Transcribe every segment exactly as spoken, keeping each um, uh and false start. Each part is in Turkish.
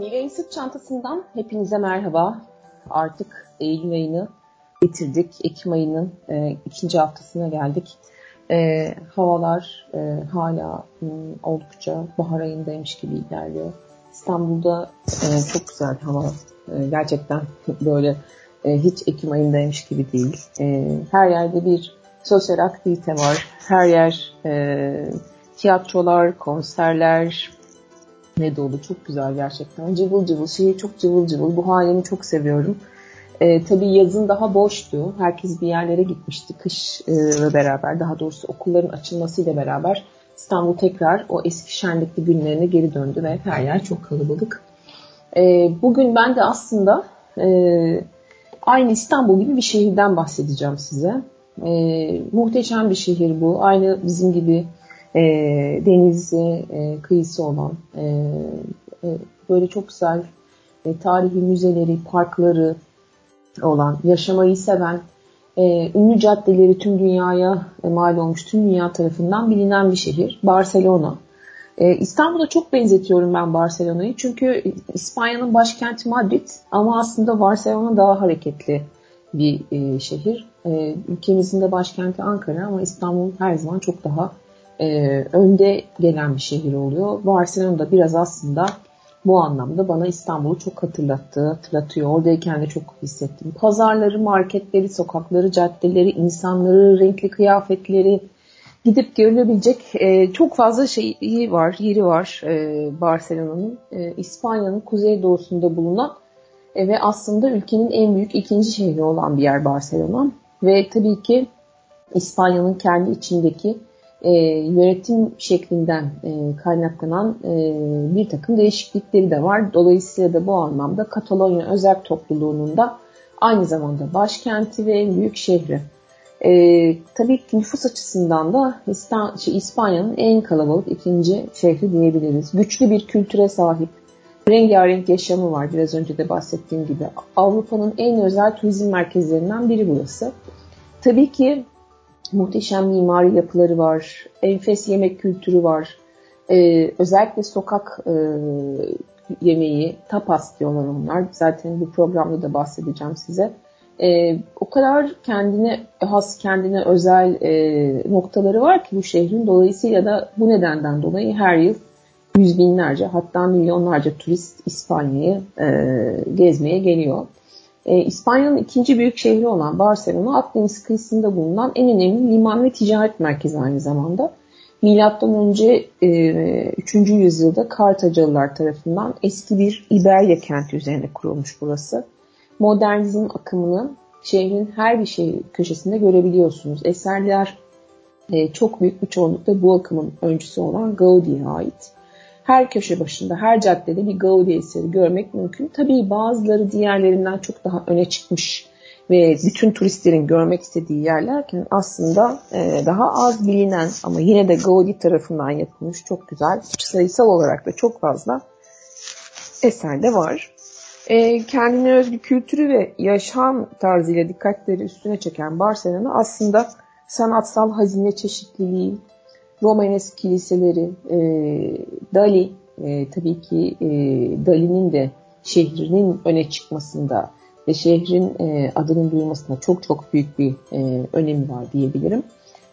Eylül'ün sırt çantasından hepinize merhaba. Artık Eylül ayını bitirdik. Ekim ayının e, ikinci haftasına geldik. E, havalar e, hala m, oldukça bahar ayındaymış gibi ilerliyor. İstanbul'da e, çok güzel hava. E, gerçekten böyle e, hiç Ekim ayındaymış gibi değil. E, her yerde bir sosyal aktivite var. Her yer e, tiyatrolar, konserler, ne dolu, çok güzel gerçekten. Cıvıl cıvıl, şehir çok cıvıl cıvıl. Bu halini çok seviyorum. Ee, tabii yazın daha boştu. Herkes bir yerlere gitmişti kışla beraber. Daha doğrusu okulların açılmasıyla beraber İstanbul tekrar o eski şenlikli günlerine geri döndü ve her yer çok kalabalık. Ee, bugün ben de aslında e, aynı İstanbul gibi bir şehirden bahsedeceğim size. Ee, muhteşem bir şehir bu. Aynı bizim gibi E, denizi, e, kıyısı olan, e, e, böyle çok güzel e, tarihi müzeleri, parkları olan, yaşamayı seven, e, ünlü caddeleri tüm dünyaya e, mal olmuş, tüm dünya tarafından bilinen bir şehir. Barcelona. E, İstanbul'a çok benzetiyorum ben Barcelona'yı. Çünkü İspanya'nın başkenti Madrid ama aslında Barcelona daha hareketli bir e, şehir. E, ülkemizin de başkenti Ankara ama İstanbul her zaman çok daha Ee, önde gelen bir şehir oluyor. Barcelona'da biraz aslında bu anlamda bana İstanbul'u çok hatırlattı, hatırlatıyor. Oradayken de çok hissettim. Pazarları, marketleri, sokakları, caddeleri, insanları, renkli kıyafetleri, gidip görülebilecek e, çok fazla şeyi var, yeri var e, Barcelona'nın. E, İspanya'nın kuzeydoğusunda bulunan e, ve aslında ülkenin en büyük ikinci şehri olan bir yer Barcelona. Ve tabii ki İspanya'nın kendi içindeki E, yönetim şeklinden e, kaynaklanan e, bir takım değişiklikleri de var. Dolayısıyla da bu anlamda Katalonya özel topluluğunun da aynı zamanda başkenti ve en büyük şehri. E, tabii ki nüfus açısından da İspanya'nın en kalabalık ikinci şehri diyebiliriz. Güçlü bir kültüre sahip, rengarenk yaşamı var. Biraz önce de bahsettiğim gibi Avrupa'nın en özel turizm merkezlerinden biri burası. Tabii ki muhteşem mimari yapıları var, enfes yemek kültürü var. Ee, özellikle sokak e, yemeği, tapas diyorlar onlar. Zaten bu programda da bahsedeceğim size. Ee, o kadar kendine has, kendine özel e, noktaları var ki bu şehrin. Dolayısıyla da bu nedenden dolayı her yıl yüz binlerce hatta milyonlarca turist İspanya'yı e, gezmeye geliyor. E, İspanya'nın ikinci büyük şehri olan Barcelona, Akdeniz kıyısında bulunan en önemli liman ve ticaret merkezi aynı zamanda. Milattan önce e, üçüncü yüzyılda Kartacalılar tarafından eski bir İberya kenti üzerine kurulmuş burası. Modernizm akımını şehrin her bir şehir köşesinde görebiliyorsunuz. Eserler e, çok büyük bir çoğunlukla bu akımın öncüsü olan Gaudi'ye ait. Her köşe başında, her caddede bir Gaudi eseri görmek mümkün. Tabii bazıları diğerlerinden çok daha öne çıkmış ve bütün turistlerin görmek istediği yerlerken aslında daha az bilinen ama yine de Gaudi tarafından yapılmış çok güzel, sayısal olarak da çok fazla eser de var. Kendine özgü kültürü ve yaşam tarzıyla dikkatleri üstüne çeken Barcelona aslında sanatsal hazine çeşitliliği, Romanesk kiliseleri, e, Dali, e, tabii ki e, Dali'nin de şehrinin öne çıkmasında ve şehrin e, adının duyulmasında çok çok büyük bir e, önemi var diyebilirim.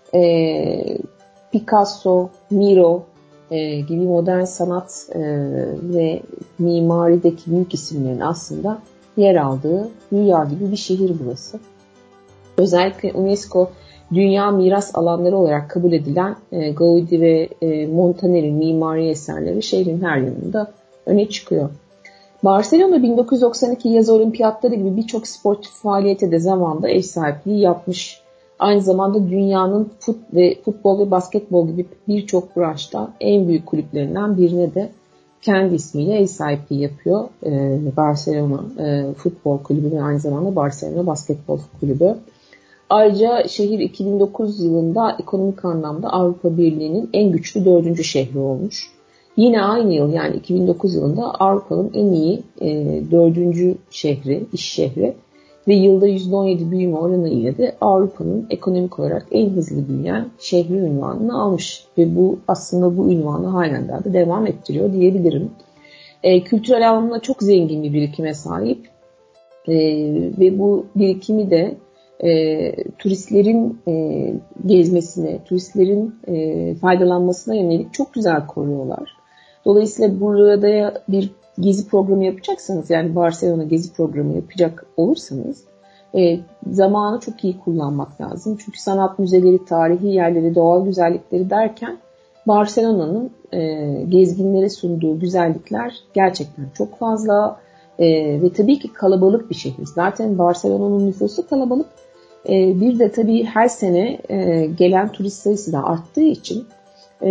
E, Picasso, Miro e, gibi modern sanat e, ve mimarideki büyük isimlerin aslında yer aldığı dünya gibi bir şehir burası. Özellikle UNESCO Dünya miras alanları olarak kabul edilen e, Gaudi ve e, Montanelli mimari eserleri şehrin her yanında öne çıkıyor. Barcelona bin dokuz yüz doksan iki yaz olimpiyatları gibi birçok sportif faaliyete de zamanında ev sahipliği yapmış. Aynı zamanda dünyanın fut ve futbol ve basketbol gibi birçok branşta en büyük kulüplerinden birine de kendi ismiyle ev sahipliği yapıyor. E, Barcelona e, Futbol Kulübü ve aynı zamanda Barcelona Basketbol Kulübü. Ayrıca şehir iki bin dokuz yılında ekonomik anlamda Avrupa Birliği'nin en güçlü dördüncü şehri olmuş. Yine aynı yıl yani iki bin dokuz yılında Avrupa'nın en iyi e, dördüncü şehri, iş şehri ve yılda yüzde on yedi büyüme oranı ile de Avrupa'nın ekonomik olarak en hızlı büyüyen şehri ünvanını almış. Ve bu aslında bu ünvanı halen daha da devam ettiriyor diyebilirim. E, kültürel anlamda çok zengin bir birikime sahip e, ve bu birikimi de e, turistlerin e, gezmesine, turistlerin e, faydalanmasına yönelik çok güzel koruyorlar. Dolayısıyla burada bir gezi programı yapacaksanız, yani Barcelona gezi programı yapacak olursanız e, zamanı çok iyi kullanmak lazım. Çünkü sanat müzeleri, tarihi yerleri, doğal güzellikleri derken Barcelona'nın e, gezginlere sunduğu güzellikler gerçekten çok fazla e, ve tabii ki kalabalık bir şehir. Zaten Barcelona'nın nüfusu kalabalık. E, bir de tabii her sene e, gelen turist sayısı da arttığı için e,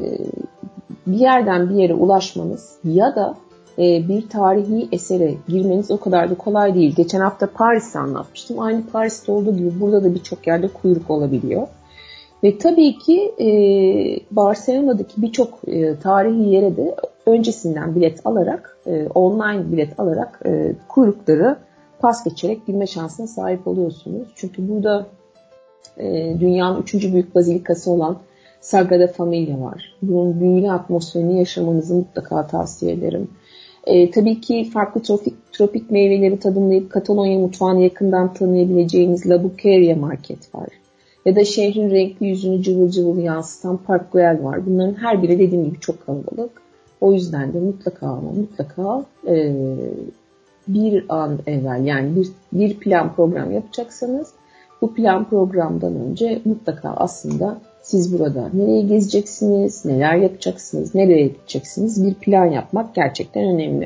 bir yerden bir yere ulaşmanız ya da e, bir tarihi esere girmeniz o kadar da kolay değil. Geçen hafta Paris'i anlatmıştım. Aynı Paris'te olduğu gibi burada da birçok yerde kuyruk olabiliyor. Ve tabii ki e, Barcelona'daki birçok e, tarihi yere de öncesinden bilet alarak, e, online bilet alarak e, kuyrukları pas geçerek girme şansına sahip oluyorsunuz. Çünkü burada e, dünyanın üçüncü büyük bazilikası olan Sagrada Familia var. Bunun büyülü atmosferini yaşamanızı mutlaka tavsiye ederim. E, tabii ki farklı tropik, tropik meyveleri tadımlayıp Katalonya mutfağını yakından tanıyabileceğiniz La Buqueria Market var. Ya da şehrin renkli yüzünü cıvıl cıvıl yansıtan Park Güell var. Bunların her biri dediğim gibi çok kalabalık. O yüzden de mutlaka ama mutlaka e, bir an evvel, yani bir, bir plan program yapacaksanız bu plan programdan önce mutlaka aslında siz burada nereye gezeceksiniz, neler yapacaksınız, nereye gideceksiniz, bir plan yapmak gerçekten önemli.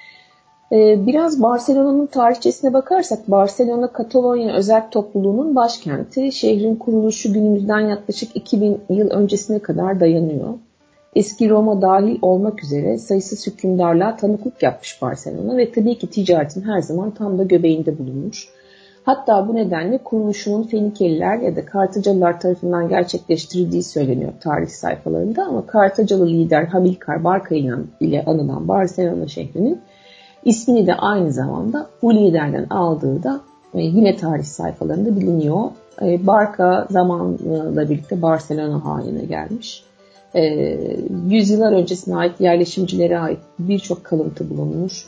Biraz Barcelona'nın tarihçesine bakarsak, Barcelona Katalonya özel topluluğunun başkenti. Şehrin kuruluşu günümüzden yaklaşık iki bin yıl öncesine kadar dayanıyor. Eski Roma dahil olmak üzere sayısız hükümdarlığa tanıklık yapmış Barcelona ve tabii ki ticaretin her zaman tam da göbeğinde bulunmuş. Hatta bu nedenle kuruluşunun Fenikeliler ya da Kartacalılar tarafından gerçekleştirildiği söyleniyor tarih sayfalarında, ama Kartacalı lider Hamilcar Barca ile anılan Barcelona şehrinin İsmini de aynı zamanda bu liderden aldığı da yine tarih sayfalarında biliniyor. Barca zamanla birlikte Barcelona haline gelmiş. Yüzyıllar öncesine ait yerleşimcilere ait birçok kalıntı bulunmuş.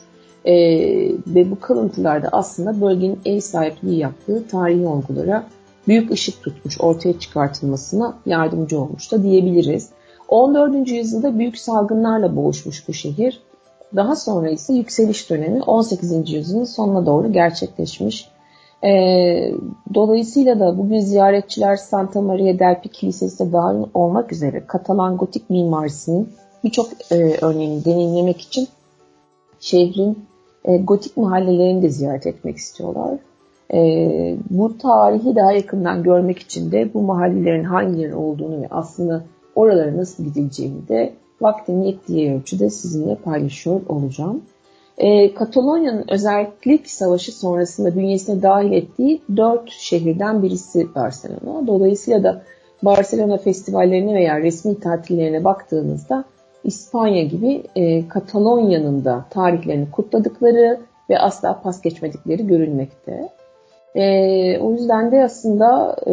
Ve bu kalıntılarda aslında bölgenin ev sahipliği yaptığı tarihi olgulara büyük ışık tutmuş, ortaya çıkartılmasına yardımcı olmuş da diyebiliriz. on dördüncü yüzyılda büyük salgınlarla boğuşmuş bu şehir. Daha sonra ise yükseliş dönemi on sekizinci yüzyılın sonuna doğru gerçekleşmiş. E, dolayısıyla da bugün ziyaretçiler Santa Maria del Pi Kilisesi dahil olmak üzere Katalan gotik mimarisinin birçok e, örneğini deneyimlemek için şehrin e, gotik mahallelerini de ziyaret etmek istiyorlar. E, bu tarihi daha yakından görmek için de bu mahallelerin hangileri olduğunu ve aslında oralara nasıl gidileceğini de vaktimin yettiği ölçüde sizinle paylaşıyor olacağım. E, Katalonya'nın özellik savaşı sonrasında bünyesine dahil ettiği dört şehirden birisi Barcelona. Dolayısıyla da Barcelona festivallerine veya resmi tatillerine baktığınızda İspanya gibi e, Katalonya'nın da tarihlerini kutladıkları ve asla pas geçmedikleri görülmekte. E, o yüzden de aslında e,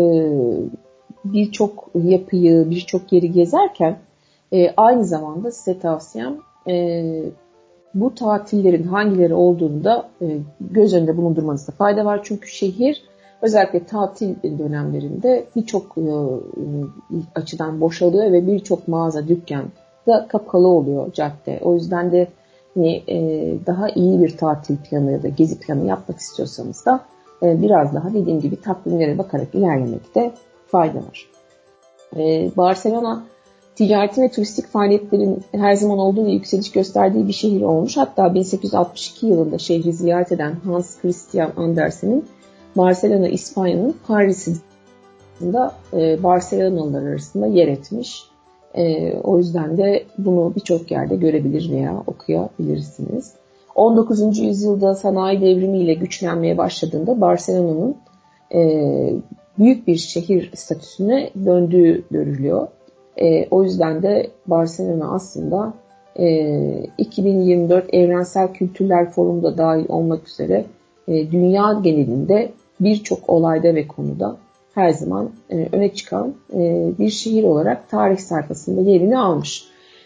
birçok yapıyı, birçok yeri gezerken E, aynı zamanda size tavsiyem e, bu tatillerin hangileri olduğunu da e, göz önünde bulundurmanızda fayda var. Çünkü şehir özellikle tatil dönemlerinde birçok e, açıdan boşalıyor ve birçok mağaza, dükkan da kapalı oluyor cadde. O yüzden de hani, e, daha iyi bir tatil planı ya da gezi planı yapmak istiyorsanız da e, biraz daha dediğim gibi takvimlere bakarak ilerlemekte fayda var. E, Barcelona ticareti ve turistik faaliyetlerin her zaman olduğu ve yükseliş gösterdiği bir şehir olmuş. Hatta bin sekiz yüz altmış iki yılında şehri ziyaret eden Hans Christian Andersen'in Barcelona, İspanya'nın Paris'inde e, Barcelonalılar arasında yer etmiş. E, o yüzden de bunu birçok yerde görebilir veya okuyabilirsiniz. on dokuzuncu yüzyılda sanayi devrimiyle güçlenmeye başladığında Barcelona'nın e, büyük bir şehir statüsüne döndüğü görülüyor. E, o yüzden de Barcelona aslında e, iki bin yirmi dört Evrensel Kültürler Forumu'da dahil olmak üzere e, dünya genelinde birçok olayda ve konuda her zaman e, öne çıkan e, bir şehir olarak tarih sayfasında yerini almış.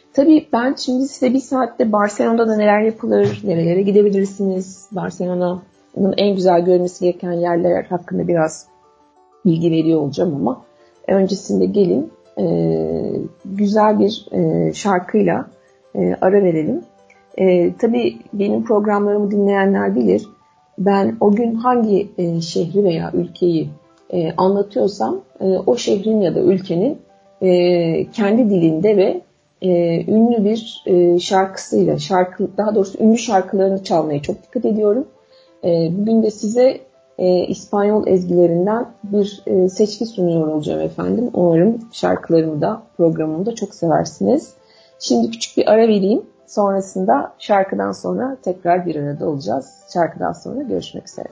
Tabii ben şimdi size bir saatte Barcelona'da neler yapılır, nerelere gidebilirsiniz, Barcelona'nın en güzel görülmesi gereken yerler hakkında biraz bilgi veriyor olacağım ama öncesinde gelin e, güzel bir e, şarkıyla e, ara verelim. E, tabii benim programlarımı dinleyenler bilir. Ben o gün hangi e, şehri veya ülkeyi e, anlatıyorsam e, o şehrin ya da ülkenin e, kendi dilinde ve e, ünlü bir e, şarkısıyla, şarkı daha doğrusu ünlü şarkılarını çalmaya çok dikkat ediyorum. E, bugün de size e, İspanyol ezgilerinden bir e, seçki sunuyor olacağım efendim. Umarım şarkılarımı da programımı da çok seversiniz. Şimdi küçük bir ara vereyim. Sonrasında şarkıdan sonra tekrar bir arada olacağız. Şarkıdan sonra görüşmek üzere.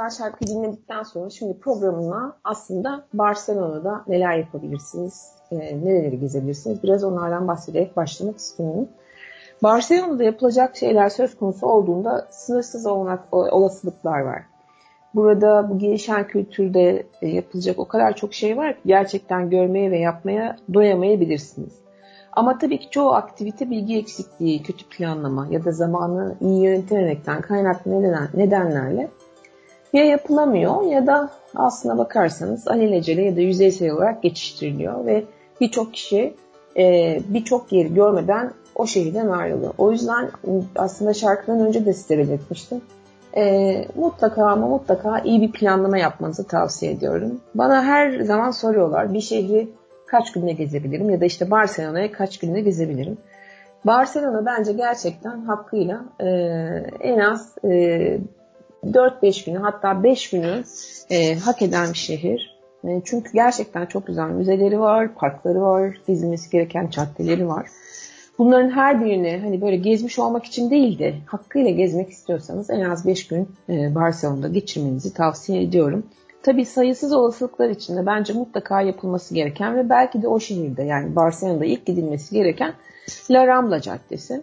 güzel şarkıyı dinledikten sonra şimdi programına aslında Barcelona'da neler yapabilirsiniz, e, nereleri gezebilirsiniz biraz onlardan bahsederek başlamak istiyorum. Barcelona'da yapılacak şeyler söz konusu olduğunda sınırsız olasılıklar var. Burada bu gelişen kültürde yapılacak o kadar çok şey var ki gerçekten görmeye ve yapmaya doyamayabilirsiniz. Ama tabii ki çoğu aktivite bilgi eksikliği, kötü planlama ya da zamanı iyi yönetememekten kaynaklı neden, nedenlerle ya yapılamıyor ya da aslına bakarsanız alelacele ya da yüzeysel olarak geçiştiriliyor ve birçok kişi e, birçok yeri görmeden o şehirden ayrılıyor. O yüzden aslında şarkıdan önce de size belirtmiştim. E, mutlaka ama mutlaka iyi bir planlama yapmanızı tavsiye ediyorum. Bana her zaman soruyorlar bir şehri kaç günde gezebilirim ya da işte Barcelona'ya kaç günde gezebilirim. Barcelona bence gerçekten hakkıyla e, en az e, dört beş günü hatta beş günü e, hak eden bir şehir. E, çünkü gerçekten çok güzel müzeleri var, parkları var, gezilmesi gereken caddeleri var. Bunların her birini hani böyle gezmiş olmak için değil de hakkıyla gezmek istiyorsanız en az beş gün e, Barcelona'da geçirmenizi tavsiye ediyorum. Tabii sayısız olasılıklar içinde bence mutlaka yapılması gereken ve belki de o şehirde yani Barcelona'da ilk gidilmesi gereken La Rambla Caddesi.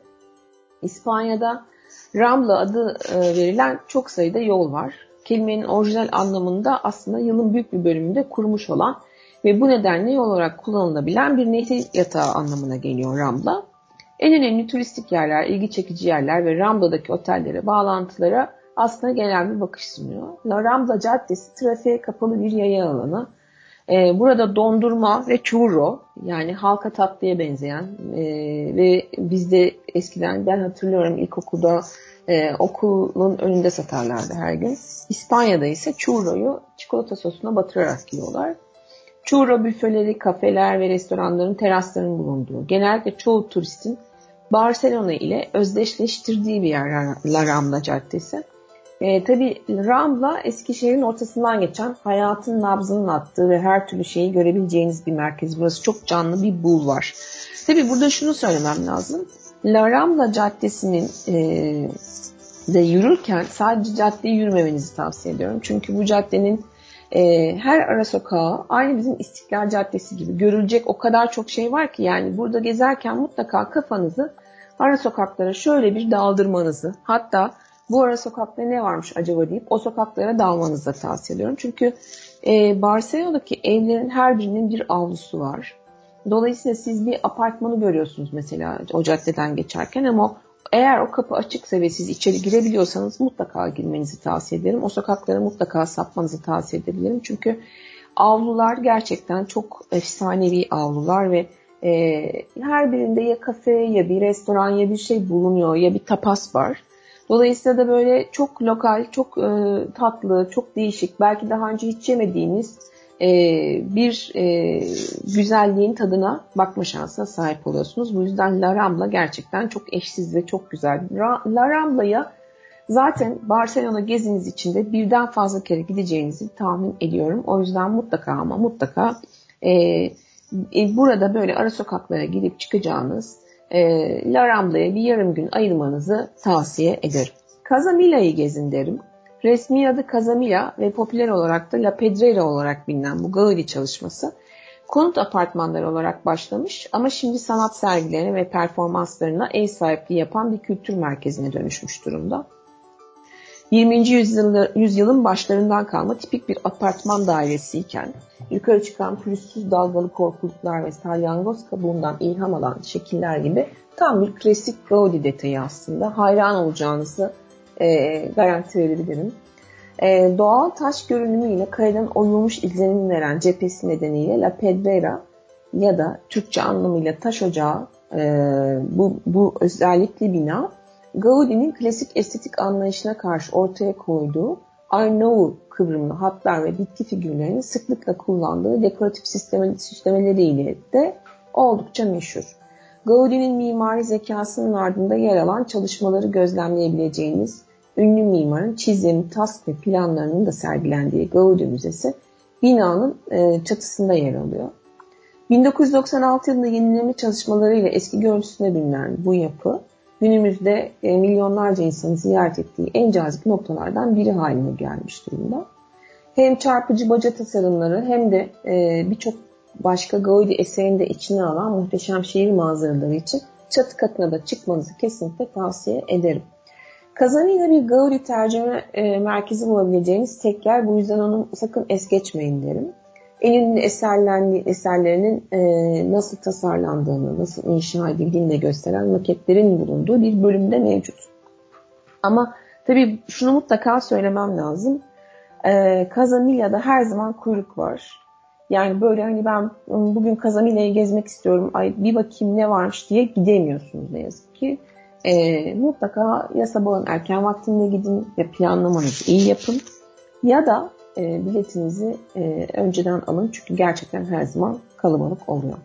İspanya'da Rambla adı verilen çok sayıda yol var. Kelimenin orijinal anlamında aslında yılın büyük bir bölümünde kurumuş olan ve bu nedenle yol olarak kullanılabilen bir nehir yatağı anlamına geliyor Rambla. En önemli turistik yerler, ilgi çekici yerler ve Rambla'daki otellere, bağlantılara aslında genel bir bakış sunuyor. La Rambla Caddesi trafiğe kapalı bir yaya alanı. Ee, burada dondurma ve churro yani halka tatlıya benzeyen e, ve bizde eskiden ben hatırlıyorum ilkokulda e, okulun önünde satarlardı her gün. İspanya'da ise churro'yu çikolata sosuna batırarak yiyorlar. Churro büfeleri, kafeler ve restoranların teraslarının bulunduğu, genellikle çoğu turistin Barcelona ile özdeşleştirdiği bir yer La Rambla Caddesi. E, tabii Rambla Eskişehir'in ortasından geçen hayatın nabzının attığı ve her türlü şeyi görebileceğiniz bir merkez. Burası çok canlı bir bulvar. Tabii burada şunu söylemem lazım. La Rambla Caddesi'nin e, de yürürken sadece caddeyi yürümemenizi tavsiye ediyorum. Çünkü bu caddenin e, her ara sokağı aynı bizim İstiklal Caddesi gibi görülecek o kadar çok şey var ki yani burada gezerken mutlaka kafanızı ara sokaklara şöyle bir daldırmanızı hatta bu ara sokakta ne varmış acaba deyip o sokaklara dalmanızı da tavsiye ediyorum. Çünkü e, Barcelona'daki evlerin her birinin bir avlusu var. Dolayısıyla siz bir apartmanı görüyorsunuz mesela o caddeden geçerken ama eğer o kapı açıksa ve siz içeri girebiliyorsanız mutlaka girmenizi tavsiye ederim. O sokaklara mutlaka sapmanızı tavsiye edebilirim. Çünkü avlular gerçekten çok efsanevi avlular ve e, her birinde ya kafe ya bir restoran ya bir şey bulunuyor ya bir tapas var. Dolayısıyla da böyle çok lokal, çok e, tatlı, çok değişik, belki daha önce hiç yemediğiniz e, bir e, güzelliğin tadına bakma şansına sahip oluyorsunuz. Bu yüzden La Rambla gerçekten çok eşsiz ve çok güzel. Ra- La Rambla'ya zaten Barcelona geziniz içinde birden fazla kere gideceğinizi tahmin ediyorum. O yüzden mutlaka ama mutlaka e, e, burada böyle ara sokaklara gidip çıkacağınız E, La Rambla'ya bir yarım gün ayırmanızı tavsiye ederim. Casamila'yı gezin derim. Resmi adı Casamila ve popüler olarak da La Pedrera olarak bilinen bu Gaudi çalışması konut apartmanları olarak başlamış ama şimdi sanat sergilerine ve performanslarına ev sahipliği yapan bir kültür merkezine dönüşmüş durumda. yirminci yüzyılın başlarından kalma tipik bir apartman dairesiyken yukarı çıkan pürüzsüz dalgalı korkuluklar ve salyangoz kabuğundan ilham alan şekiller gibi tam bir klasik Gaudi detayı aslında. Hayran olacağınızı e, garanti verebilirim. E, doğal taş görünümüyle kayadan oyulmuş izlenim veren cephesi nedeniyle La Pedrera ya da Türkçe anlamıyla taş ocağı e, bu, bu özellikli bina Gaudi'nin klasik estetik anlayışına karşı ortaya koyduğu Art Nouveau kıvrımlı hatlar ve bitki figürlerini sıklıkla kullandığı dekoratif süslemeleriyle de oldukça meşhur. Gaudi'nin mimari zekasının ardında yer alan çalışmaları gözlemleyebileceğiniz ünlü mimarın çizim, task ve planlarının da sergilendiği Gaudi Müzesi binanın çatısında yer alıyor. bin dokuz yüz doksan altı yılında yenileme çalışmalarıyla eski görüntüsüne bilinen bu yapı günümüzde e, milyonlarca insanın ziyaret ettiği en cazip noktalardan biri haline gelmiş durumda. Hem çarpıcı baca tasarımları hem de e, birçok başka Gaudi eserini de içine alan muhteşem şehir manzaraları için çatı katına da çıkmanızı kesinlikle tavsiye ederim. Casamigna bir Gaudi tercüme e, merkezi bulabileceğiniz tek yer. Bu yüzden onu sakın es geçmeyin derim. En ünlü eserlerinin e, nasıl tasarlandığını, nasıl inşa edildiğini de gösteren maketlerin bulunduğu bir bölümde mevcut. Ama tabii şunu mutlaka söylemem lazım. E, Casamiglia'da her zaman kuyruk var. Yani böyle hani ben bugün Casamiglia'yı gezmek istiyorum, ay bir bakayım ne varmış diye gidemiyorsunuz ne yazık ki. E, mutlaka ya sabahın erken vaktinde gidin ve planlamanızı iyi yapın ya da e, biletinizi e, önceden alın çünkü gerçekten her zaman kalabalık oluyor.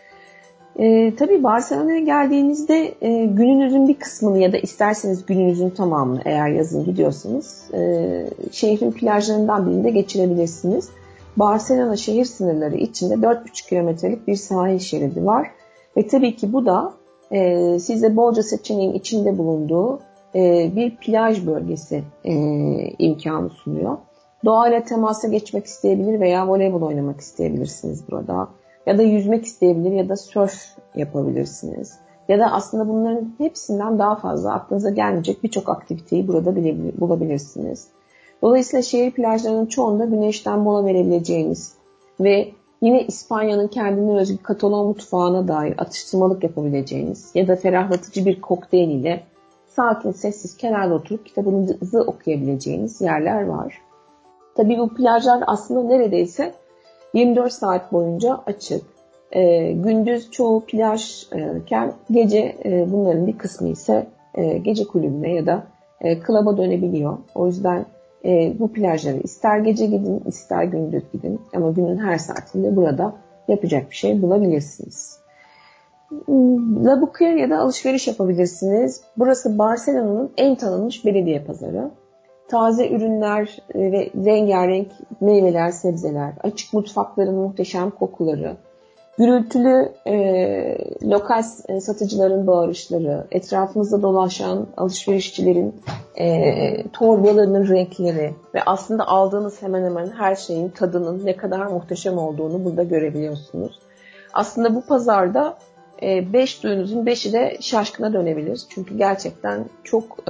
E, tabii Barcelona'ya geldiğinizde e, gününüzün bir kısmını ya da isterseniz gününüzün tamamını eğer yazın gidiyorsanız e, şehrin plajlarından birinde geçirebilirsiniz. Barcelona şehir sınırları içinde dört buçuk kilometrelik bir sahil şeridi var ve tabii ki bu da e, size bolca seçeneğin içinde bulunduğu e, bir plaj bölgesi e, imkanı sunuyor. Doğayla temasa geçmek isteyebilir veya voleybol oynamak isteyebilirsiniz burada. Ya da yüzmek isteyebilir ya da surf yapabilirsiniz. Ya da aslında bunların hepsinden daha fazla aklınıza gelmeyecek birçok aktiviteyi burada bulabilirsiniz. Dolayısıyla şehir plajlarının çoğunda güneşten mola verebileceğiniz ve yine İspanya'nın kendine özgü Katalon mutfağına dair atıştırmalık yapabileceğiniz ya da ferahlatıcı bir kokteyl ile sakin sessiz kenarda oturup kitabınızı okuyabileceğiniz yerler var. Tabii bu plajlar aslında neredeyse yirmi dört saat boyunca açık. E, gündüz çoğu plajken gece e, bunların bir kısmı ise e, gece kulübüne ya da e, klaba dönebiliyor. O yüzden e, bu plajlara ister gece gidin ister gündüz gidin ama günün her saatinde burada yapacak bir şey bulabilirsiniz. La Bucaria'da alışveriş yapabilirsiniz. Burası Barcelona'nın en tanınmış belediye pazarı. Taze ürünler ve rengarenk meyveler, sebzeler, açık mutfakların muhteşem kokuları, gürültülü e, lokal satıcıların bağırışları, etrafımızda dolaşan alışverişçilerin e, torbalarının renkleri ve aslında aldığınız hemen hemen her şeyin tadının ne kadar muhteşem olduğunu burada görebiliyorsunuz. Aslında bu pazarda e, beş duyunuzun beşi de şaşkına dönebilir. Çünkü gerçekten çok e,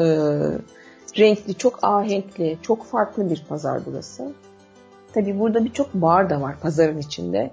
renkli, çok ahenkli, çok farklı bir pazar burası. Tabii burada birçok bar da var pazarın içinde.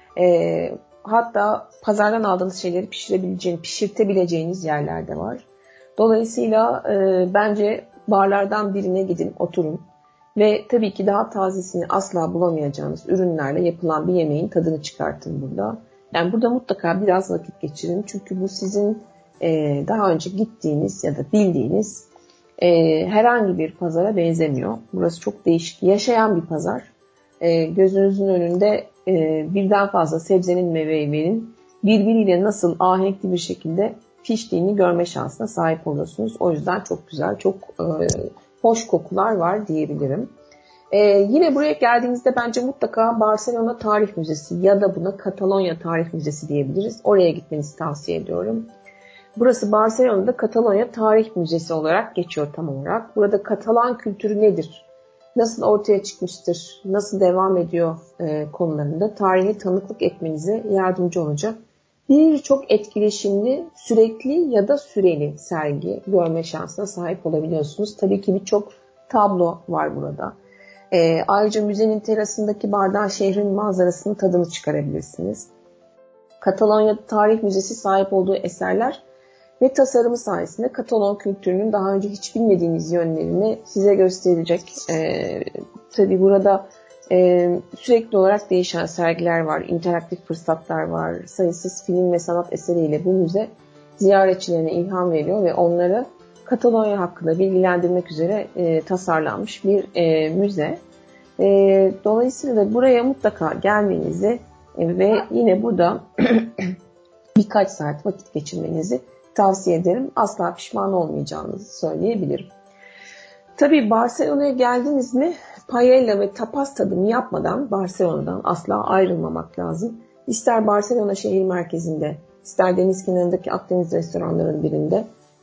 E, hatta pazardan aldığınız şeyleri pişirebileceğiniz, pişirtebileceğiniz yerler de var. Dolayısıyla e, bence barlardan birine gidin, oturun. Ve tabii ki daha tazesini asla bulamayacağınız ürünlerle yapılan bir yemeğin tadını çıkartın burada. Yani burada mutlaka biraz vakit geçirin. Çünkü bu sizin e, daha önce gittiğiniz ya da bildiğiniz e, herhangi bir pazara benzemiyor. Burası çok değişik, yaşayan bir pazar. E, gözünüzün önünde e, birden fazla sebzenin ve meyvenin birbiriyle nasıl ahenkli bir şekilde piştiğini görme şansına sahip oluyorsunuz. O yüzden çok güzel, çok e, hoş kokular var diyebilirim. Ee, yine buraya geldiğinizde bence mutlaka Barcelona Tarih Müzesi ya da buna Katalonya Tarih Müzesi diyebiliriz. Oraya gitmenizi tavsiye ediyorum. Burası Barcelona'da Katalonya Tarih Müzesi olarak geçiyor tam olarak. Burada Katalan kültürü nedir? Nasıl ortaya çıkmıştır? Nasıl devam ediyor e, konularında tarihe tanıklık etmenize yardımcı olacak birçok etkileşimli, sürekli ya da süreli sergi görme şansına sahip olabiliyorsunuz. Tabii ki birçok tablo var burada. E, ayrıca müzenin terasındaki bardan şehrin manzarasının tadını çıkarabilirsiniz. Katalonya Tarih Müzesi sahip olduğu eserler ve tasarımı sayesinde Katalon kültürünün daha önce hiç bilmediğiniz yönlerini size gösterecek. E, tabii burada e, sürekli olarak değişen sergiler var, interaktif fırsatlar var, sayısız film ve sanat eseriyle bu müze ziyaretçilerine ilham veriyor ve onları Katalonya hakkında bilgilendirmek üzere e, tasarlanmış bir e, müze. E, dolayısıyla da buraya mutlaka gelmenizi e, ve yine burada birkaç saat vakit geçirmenizi tavsiye ederim. Asla pişman olmayacağınızı söyleyebilirim. Tabii Barcelona'ya geldiniz mi paella ve tapas tadımı yapmadan Barcelona'dan asla ayrılmamak lazım. İster Barcelona şehir merkezinde, ister deniz kenarındaki Akdeniz restoranlarının birinde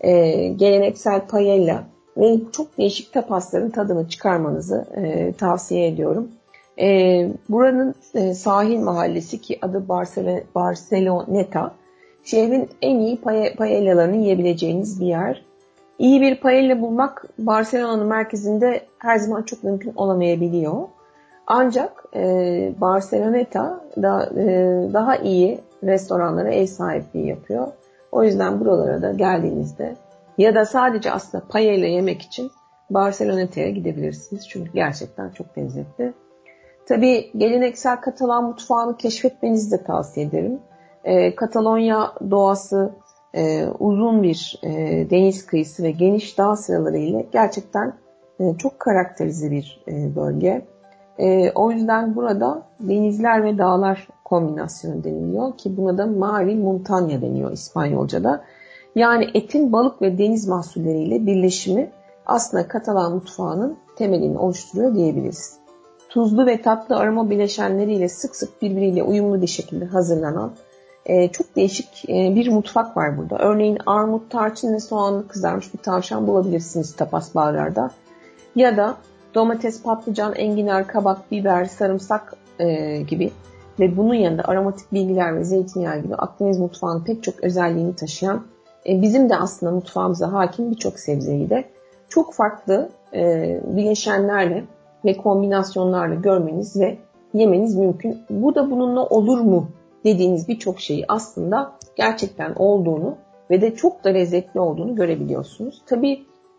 e, geleneksel paella ve çok değişik tapasların tadını çıkarmanızı e, tavsiye ediyorum. E, buranın e, sahil mahallesi ki adı Barcelona, Barceloneta, şehrin en iyi paellalarını yiyebileceğiniz bir yer. İyi bir paella bulmak Barcelona'nın merkezinde her zaman çok mümkün olamayabiliyor. Ancak e, Barceloneta da, e, daha iyi restoranlara ev sahipliği yapıyor. O yüzden buralara da geldiğinizde ya da sadece aslında paella yemek için Barceloneta'ya gidebilirsiniz. Çünkü gerçekten çok lezzetli. Tabii geleneksel Katalan mutfağını keşfetmenizi de tavsiye ederim. E, Katalonya doğası, e, uzun bir e, deniz kıyısı ve geniş dağ sıraları ile gerçekten e, çok karakterize bir e, bölge. E, o yüzden burada denizler ve dağlar kombinasyonu deniliyor ki buna da mari montaña deniyor İspanyolca'da. Yani etin balık ve deniz mahsulleriyle birleşimi aslında Katalan mutfağının temelini oluşturuyor diyebiliriz. Tuzlu ve tatlı aroma bileşenleriyle sık sık birbiriyle uyumlu bir şekilde hazırlanan e, çok değişik e, bir mutfak var burada. Örneğin armut, tarçın ve soğanlı kızarmış bir tavşan bulabilirsiniz tapas barlarda. Ya da domates, patlıcan, enginar, kabak, biber, sarımsak e, gibi ve bunun yanında aromatik bilgiler ve zeytinyağı gibi Akdeniz mutfağının pek çok özelliğini taşıyan e, bizim de aslında mutfağımıza hakim birçok sebzeyi de çok farklı e, bileşenlerle ve kombinasyonlarla görmeniz ve yemeniz mümkün. Bu da bununla olur mu dediğiniz birçok şeyi aslında gerçekten olduğunu ve de çok da lezzetli olduğunu görebiliyorsunuz. Tabii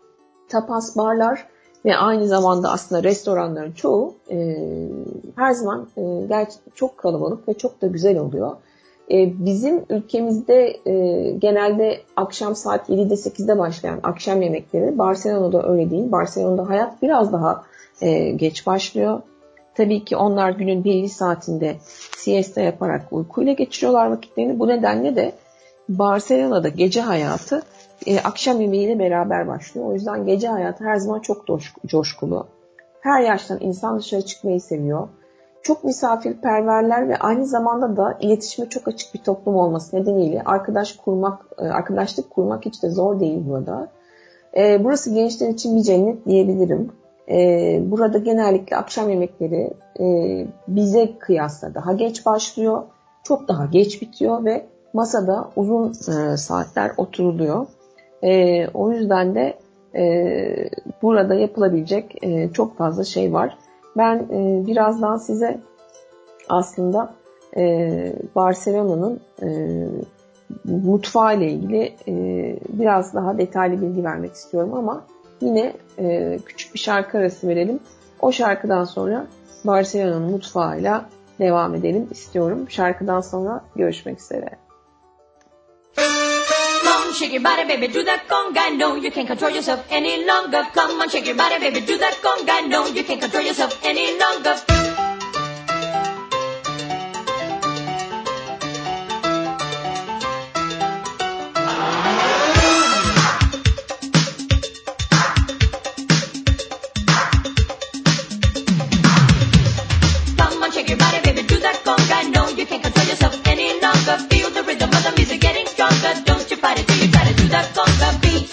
tapas barlar ve aynı zamanda aslında restoranların çoğu e, her zaman e, gerçekten çok kalabalık ve çok da güzel oluyor. E, bizim ülkemizde e, genelde akşam saat yedide sekizde başlayan akşam yemekleri, Barcelona'da öyle değil. Barcelona'da hayat biraz daha e, geç başlıyor. Tabii ki onlar günün belli saatinde siesta yaparak uykuyla geçiriyorlar vakitlerini. Bu nedenle de Barcelona'da gece hayatı e, akşam yemeğiyle beraber başlıyor. O yüzden gece hayatı her zaman çok coşkulu. Her yaştan insan dışarı çıkmayı seviyor. Çok misafirperverler ve aynı zamanda da iletişime çok açık bir toplum olması nedeniyle arkadaş kurmak, arkadaşlık kurmak hiç de zor değil burada. E, burası gençler için bir cennet diyebilirim. E, burada genellikle akşam yemekleri e, bize kıyasla daha geç başlıyor, çok daha geç bitiyor ve masada uzun e, saatler oturuluyor. E, o yüzden de e, burada yapılabilecek e, çok fazla şey var. Ben e, birazdan size aslında e, Barcelona'nın e, mutfağı ile ilgili e, biraz daha detaylı bilgi vermek istiyorum ama yine e, küçük bir şarkı arası verelim. O şarkıdan sonra Barcelona'nın mutfağıyla devam edelim istiyorum. Şarkıdan sonra görüşmek üzere. Shake your body, baby, do that conga. No, you can't control yourself any longer. Come on, shake your body, baby, do that conga. No, you can't control yourself any longer. Come on, shake your body, baby, do that conga. No, you can't control yourself any longer. Feel the rhythm of the music getting stronger. Don't you fight it till you try to do that conga beat.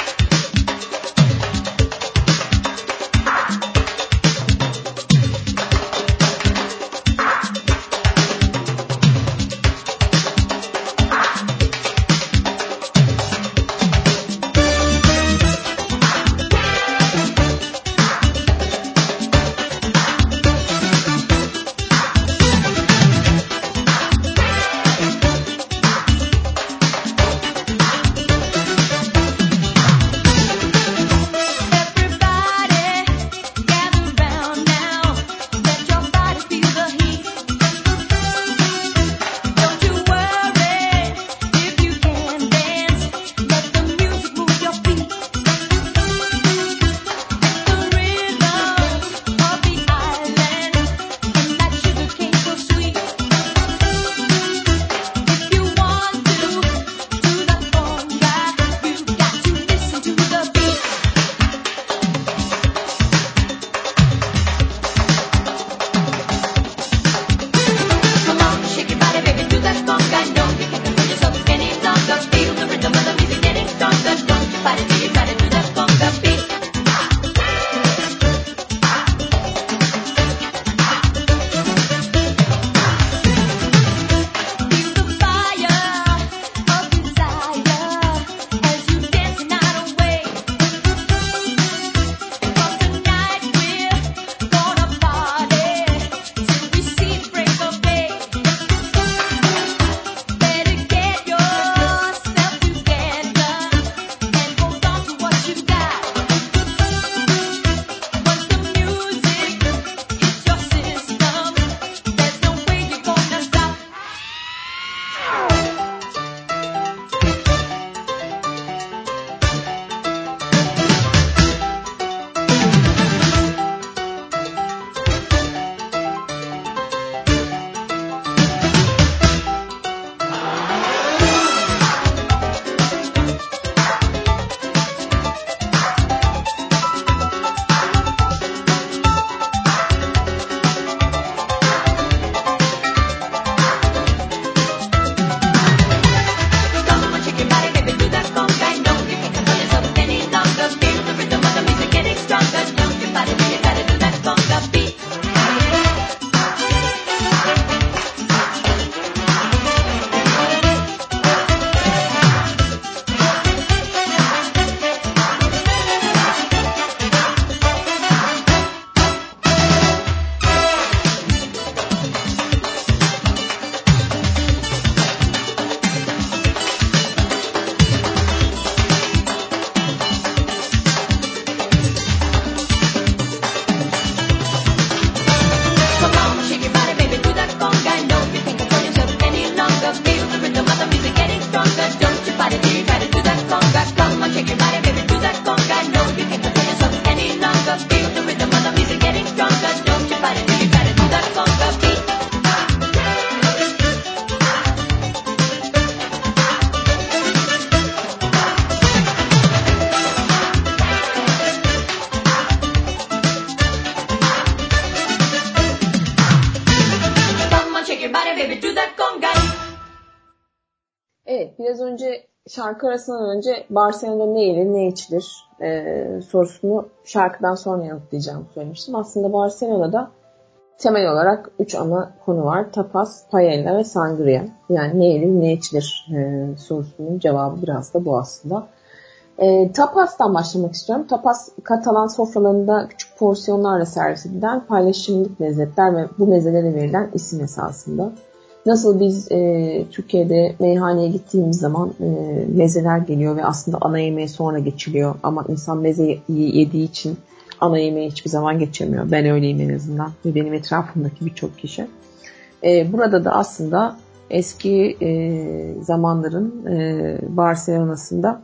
body, baby, do that conga. Evet, biraz önce şarkı arasından önce Barcelona'da ne yenir, ne içilir e, sorusunu şarkıdan sonra yanıtlayacağımı söylemiştim. Aslında Barcelona'da temel olarak üç ana konu var. Tapas, paella ve sangria. Yani ne yenir, ne içilir e, sorusunun cevabı biraz da bu aslında. E, tapas'tan başlamak istiyorum. Tapas, Katalan sofralarında küçük porsiyonlarla servis edilen paylaşımlık lezzetler ve bu mezelere verilen isim esasında. Nasıl biz e, Türkiye'de meyhaneye gittiğimiz zaman e, mezeler geliyor ve aslında ana yemeğe sonra geçiliyor. Ama insan meze yediği için ana yemeğe hiçbir zaman geçemiyor. Ben öyleyim en azından ve benim etrafımdaki birçok kişi. E, burada da aslında eski e, zamanların e, Barcelona'sında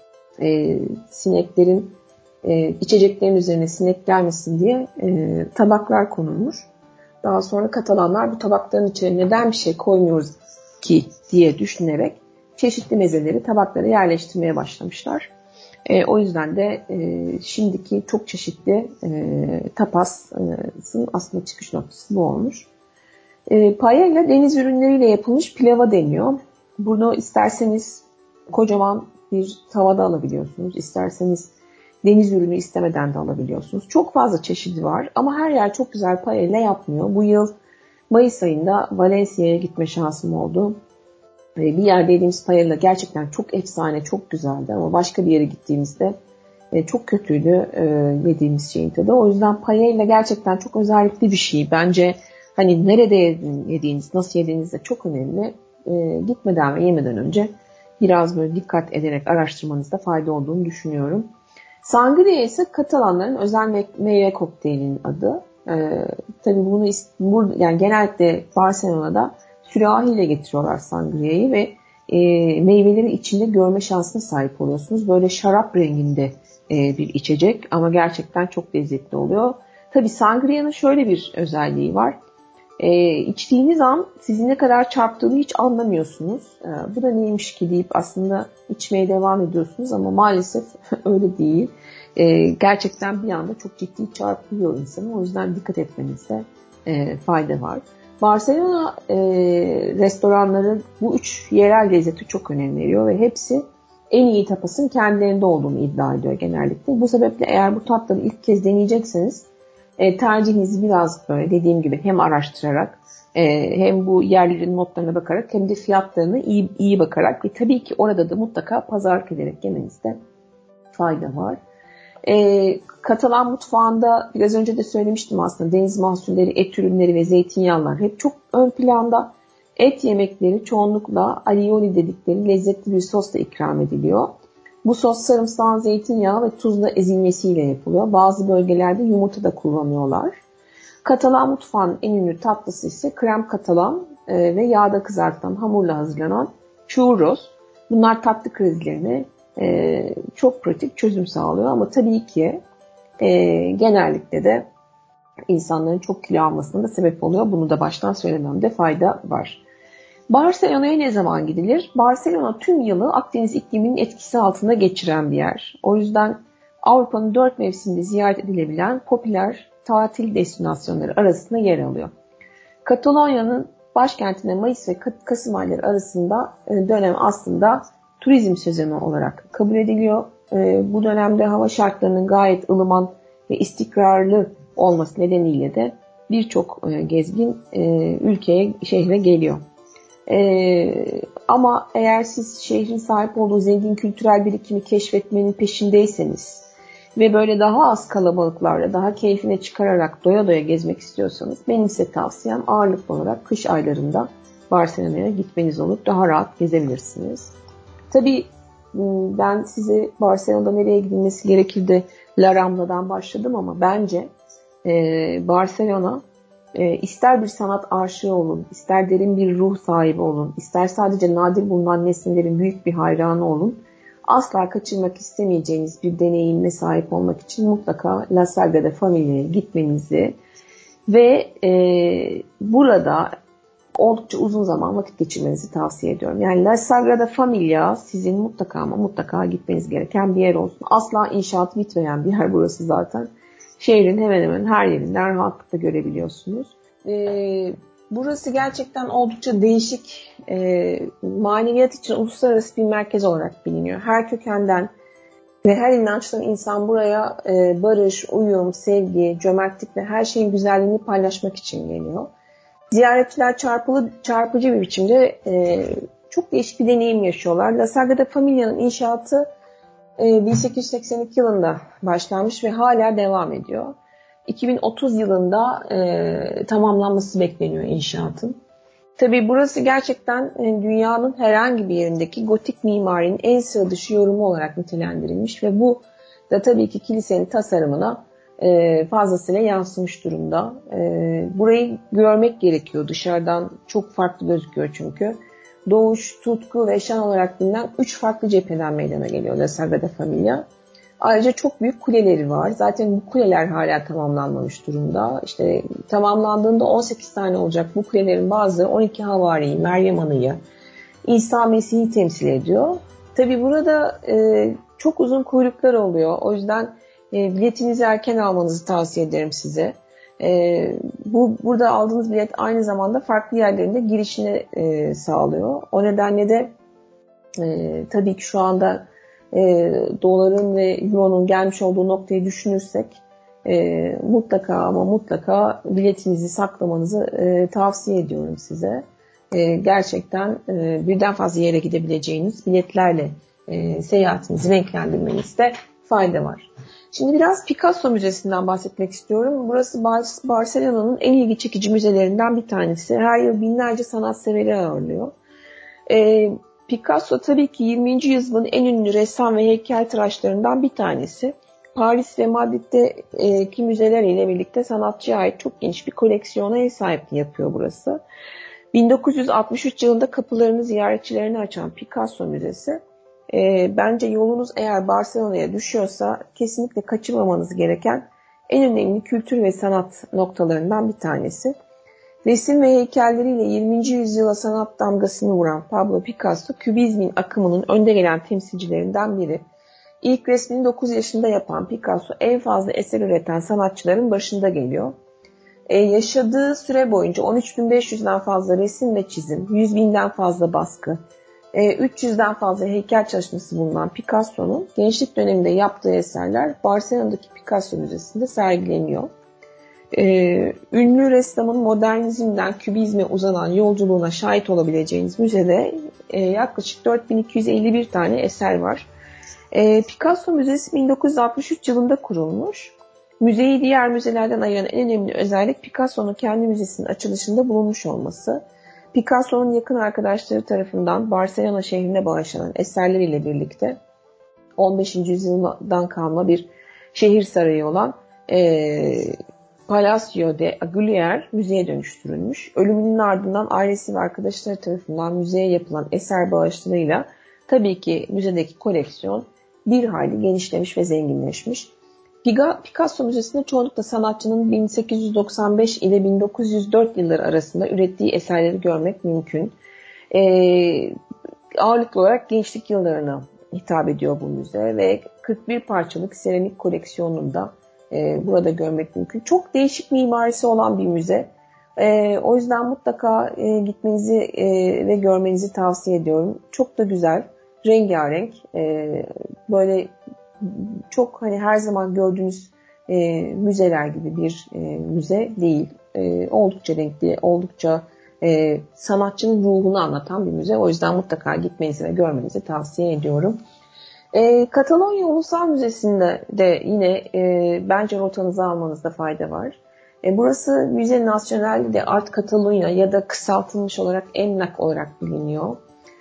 e, sineklerin, e, içeceklerin üzerine sinek gelmesin diye e, tabaklar konulmuş. Daha sonra Katalanlar bu tabakların içine neden bir şey koymuyoruz ki diye düşünerek çeşitli mezeleri tabaklara yerleştirmeye başlamışlar. E, o yüzden de e, şimdiki çok çeşitli e, tapasın aslında çıkış noktası bu olmuş. E, paella deniz ürünleriyle yapılmış pilava deniyor. Bunu isterseniz kocaman bir tavada alabiliyorsunuz. İsterseniz deniz ürünü istemeden de alabiliyorsunuz. Çok fazla çeşidi var ama her yer çok güzel paella yapmıyor. Bu yıl Mayıs ayında Valencia'ya gitme şansım oldu. Bir yerde yediğimiz paella gerçekten çok efsane, çok güzeldi ama başka bir yere gittiğimizde çok kötüydü yediğimiz şeyin tadı. O yüzden paella gerçekten çok özellikli bir şey. Bence hani nerede yediğiniz, nasıl yediğiniz de çok önemli. Gitmeden ve yemeden önce biraz böyle dikkat ederek araştırmanızda fayda olduğunu düşünüyorum. Sangria ise Katalanların özel meyve kokteylinin adı. Ee, tabii bunu bu, yani genellikle Barcelona'da sürahiyle getiriyorlar sangria'yı ve e, meyveleri içinde görme şansına sahip oluyorsunuz. Böyle şarap renginde e, bir içecek ama gerçekten çok lezzetli oluyor. Tabii sangria'nın şöyle bir özelliği var. E, içtiğiniz an sizi ne kadar çarptığını hiç anlamıyorsunuz. E, bu da neymiş ki deyip aslında içmeye devam ediyorsunuz ama maalesef öyle değil. E, gerçekten bir anda çok ciddi çarpıyor insanı. O yüzden dikkat etmenizde e, fayda var. Barcelona e, restoranları bu üç yerel lezzeti çok önem veriyor ve hepsi en iyi tapasın kendilerinde olduğunu iddia ediyor genellikle. Bu sebeple eğer bu tatları ilk kez deneyecekseniz e, tercihinizi biraz böyle dediğim gibi hem araştırarak e, hem bu yerlerin notlarına bakarak hem de fiyatlarına iyi, iyi bakarak ve tabii ki orada da mutlaka pazarlık ederek yemenizde fayda var. E, Katalan mutfağında biraz önce de söylemiştim aslında deniz mahsulleri, et ürünleri ve zeytinyağlar hep çok ön planda. Et yemekleri çoğunlukla alioli dedikleri lezzetli bir sosla ikram ediliyor. Bu sos sarımsağın zeytinyağı ve tuzla ezilmesiyle yapılıyor. Bazı bölgelerde yumurta da kullanıyorlar. Katalan mutfağının en ünlü tatlısı ise krem katalan e, ve yağda kızartılan hamurla hazırlanan churros. Bunlar tatlı krizlerine e, çok pratik çözüm sağlıyor ama tabii ki e, genellikle de insanların çok kilo almasına da sebep oluyor. Bunu da baştan söylememde fayda var. Barcelona'ya ne zaman gidilir? Barcelona tüm yılı Akdeniz ikliminin etkisi altında geçiren bir yer. O yüzden Avrupa'nın dört mevsiminde ziyaret edilebilen popüler tatil destinasyonları arasında yer alıyor. Katalonya'nın başkentinde Mayıs ve Kasım ayları arasında dönem aslında turizm sezonu olarak kabul ediliyor. Bu dönemde hava şartlarının gayet ılıman ve istikrarlı olması nedeniyle de birçok gezgin ülkeye, şehre geliyor. Ee, ama eğer siz şehrin sahip olduğu zengin kültürel birikimi keşfetmenin peşindeyseniz ve böyle daha az kalabalıklarla daha keyfine çıkararak doya doya gezmek istiyorsanız benim size tavsiyem ağırlıklı olarak kış aylarında Barcelona'ya gitmeniz olur. Daha rahat gezebilirsiniz. Tabii ben size Barcelona'da nereye gidilmesi gerekir de La Rambla'dan başladım ama bence e, Barcelona E, ister bir sanat aşığı olun, ister derin bir ruh sahibi olun, ister sadece nadir bulunan nesnelerin büyük bir hayranı olun, asla kaçırmak istemeyeceğiniz bir deneyime sahip olmak için mutlaka La Sagrada Familia'ya gitmenizi ve e, burada oldukça uzun zaman vakit geçirmenizi tavsiye ediyorum. Yani La Sagrada Familia sizin mutlaka ama mutlaka gitmeniz gereken bir yer olsun. Asla inşaatı bitmeyen bir yer burası zaten. Şehrin hemen hemen her yerinden rahatlıkla görebiliyorsunuz. Ee, burası gerçekten oldukça değişik, e, maneviyat için uluslararası bir merkez olarak biliniyor. Her kökenden ve her inançtan insan buraya e, barış, uyum, sevgi, cömertlik ve her şeyin güzelliğini paylaşmak için geliyor. Ziyaretçiler çarpılı, çarpıcı bir biçimde e, çok değişik bir deneyim yaşıyorlar. La Sagrada Familia'nın inşaatı e, bin sekiz yüz seksen iki yılında başlanmış ve hala devam ediyor. iki bin otuz yılında e, tamamlanması bekleniyor inşaatın. Tabii burası gerçekten e, dünyanın herhangi bir yerindeki gotik mimarinin en sıra dışı yorumu olarak nitelendirilmiş ve bu da tabii ki kilisenin tasarımına e, fazlasıyla yansımış durumda. E, burayı görmek gerekiyor. Dışarıdan çok farklı gözüküyor çünkü. Doğuş, tutku ve şan olarak bilinen üç farklı cepheden meydana geliyor La Sagrada Familia. Ayrıca çok büyük kuleleri var. Zaten bu kuleler hala tamamlanmamış durumda. İşte tamamlandığında on sekiz tane olacak bu kulelerin bazıları on iki Havari'yi, Meryem Ana'yı, İsa Mesih'i temsil ediyor. Tabi burada e, çok uzun kuyruklar oluyor. O yüzden e, biletinizi erken almanızı tavsiye ederim size. E, bu burada aldığınız bilet aynı zamanda farklı yerlerinde girişini e, sağlıyor. O nedenle de e, tabii ki şu anda e, doların ve euronun gelmiş olduğu noktayı düşünürsek e, mutlaka ama mutlaka biletinizi saklamanızı e, tavsiye ediyorum size. E, gerçekten e, birden fazla yere gidebileceğiniz biletlerle e, seyahatinizi renklendirmenizde fayda var. Şimdi biraz Picasso Müzesi'nden bahsetmek istiyorum. Burası Bar- Barcelona'nın en ilgi çekici müzelerinden bir tanesi. Her yıl binlerce sanatsever'i ağırlıyor. E, Picasso tabii ki yirminci yüzyılın en ünlü ressam ve heykeltıraşlarından bir tanesi. Paris ve Madrid'deki müzeler ile birlikte sanatçıya ait çok geniş bir koleksiyona ev sahipliği yapıyor burası. bin dokuz yüz altmış üç yılında kapılarını ziyaretçilerine açan Picasso Müzesi, e, bence yolunuz eğer Barcelona'ya düşüyorsa kesinlikle kaçırmamanız gereken en önemli kültür ve sanat noktalarından bir tanesi. Resim ve heykelleriyle yirminci yüzyıla sanat damgasını vuran Pablo Picasso, Kübizmin akımının önde gelen temsilcilerinden biri. İlk resmini dokuz yaşında yapan Picasso, en fazla eser üreten sanatçıların başında geliyor. Ee, yaşadığı süre boyunca on üç bin beş yüzden fazla resim ve çizim, yüz binden fazla baskı, e, üç yüzden fazla heykel çalışması bulunan Picasso'nun gençlik döneminde yaptığı eserler Barcelona'daki Picasso Müzesi'nde sergileniyor. Ee, ünlü ressamın modernizmden kübizme uzanan yolculuğuna şahit olabileceğiniz müzede e, yaklaşık dört bin iki yüz elli bir tane eser var. E, Picasso Müzesi bin dokuz yüz altmış üç yılında kurulmuş. Müzeyi diğer müzelerden ayıran en önemli özellik Picasso'nun kendi müzesinin açılışında bulunmuş olması. Picasso'nun yakın arkadaşları tarafından Barcelona şehrine bağışlanan eserleriyle birlikte on beşinci yüzyıldan kalma bir şehir sarayı olan e, Palacio de Aguilar müzeye dönüştürülmüş. Ölümünün ardından ailesi ve arkadaşları tarafından müzeye yapılan eser bağışlarıyla tabii ki müzedeki koleksiyon bir hayli genişlemiş ve zenginleşmiş. Picasso Müzesi'nde çoğunlukla sanatçının bin sekiz yüz doksan beş ile bin dokuz yüz dört yılları arasında ürettiği eserleri görmek mümkün. Ee, ağırlıklı olarak gençlik yıllarına hitap ediyor bu müze ve kırk bir parçalık seramik koleksiyonunda e, burada görmek mümkün. Çok değişik mimarisi olan bir müze. E, o yüzden mutlaka e, gitmenizi e, ve görmenizi tavsiye ediyorum. Çok da güzel, rengarenk, e, böyle çok hani her zaman gördüğünüz e, müzeler gibi bir e, müze değil. E, oldukça renkli, oldukça e, sanatçının ruhunu anlatan bir müze. O yüzden mutlaka gitmenizi ve görmenizi tavsiye ediyorum. E, Katalonya Ulusal Müzesi'nde de yine e, bence rotanızı almanızda fayda var. E, burası Musée National de Art Catalunya ya da kısaltılmış olarak ENNAC olarak biliniyor.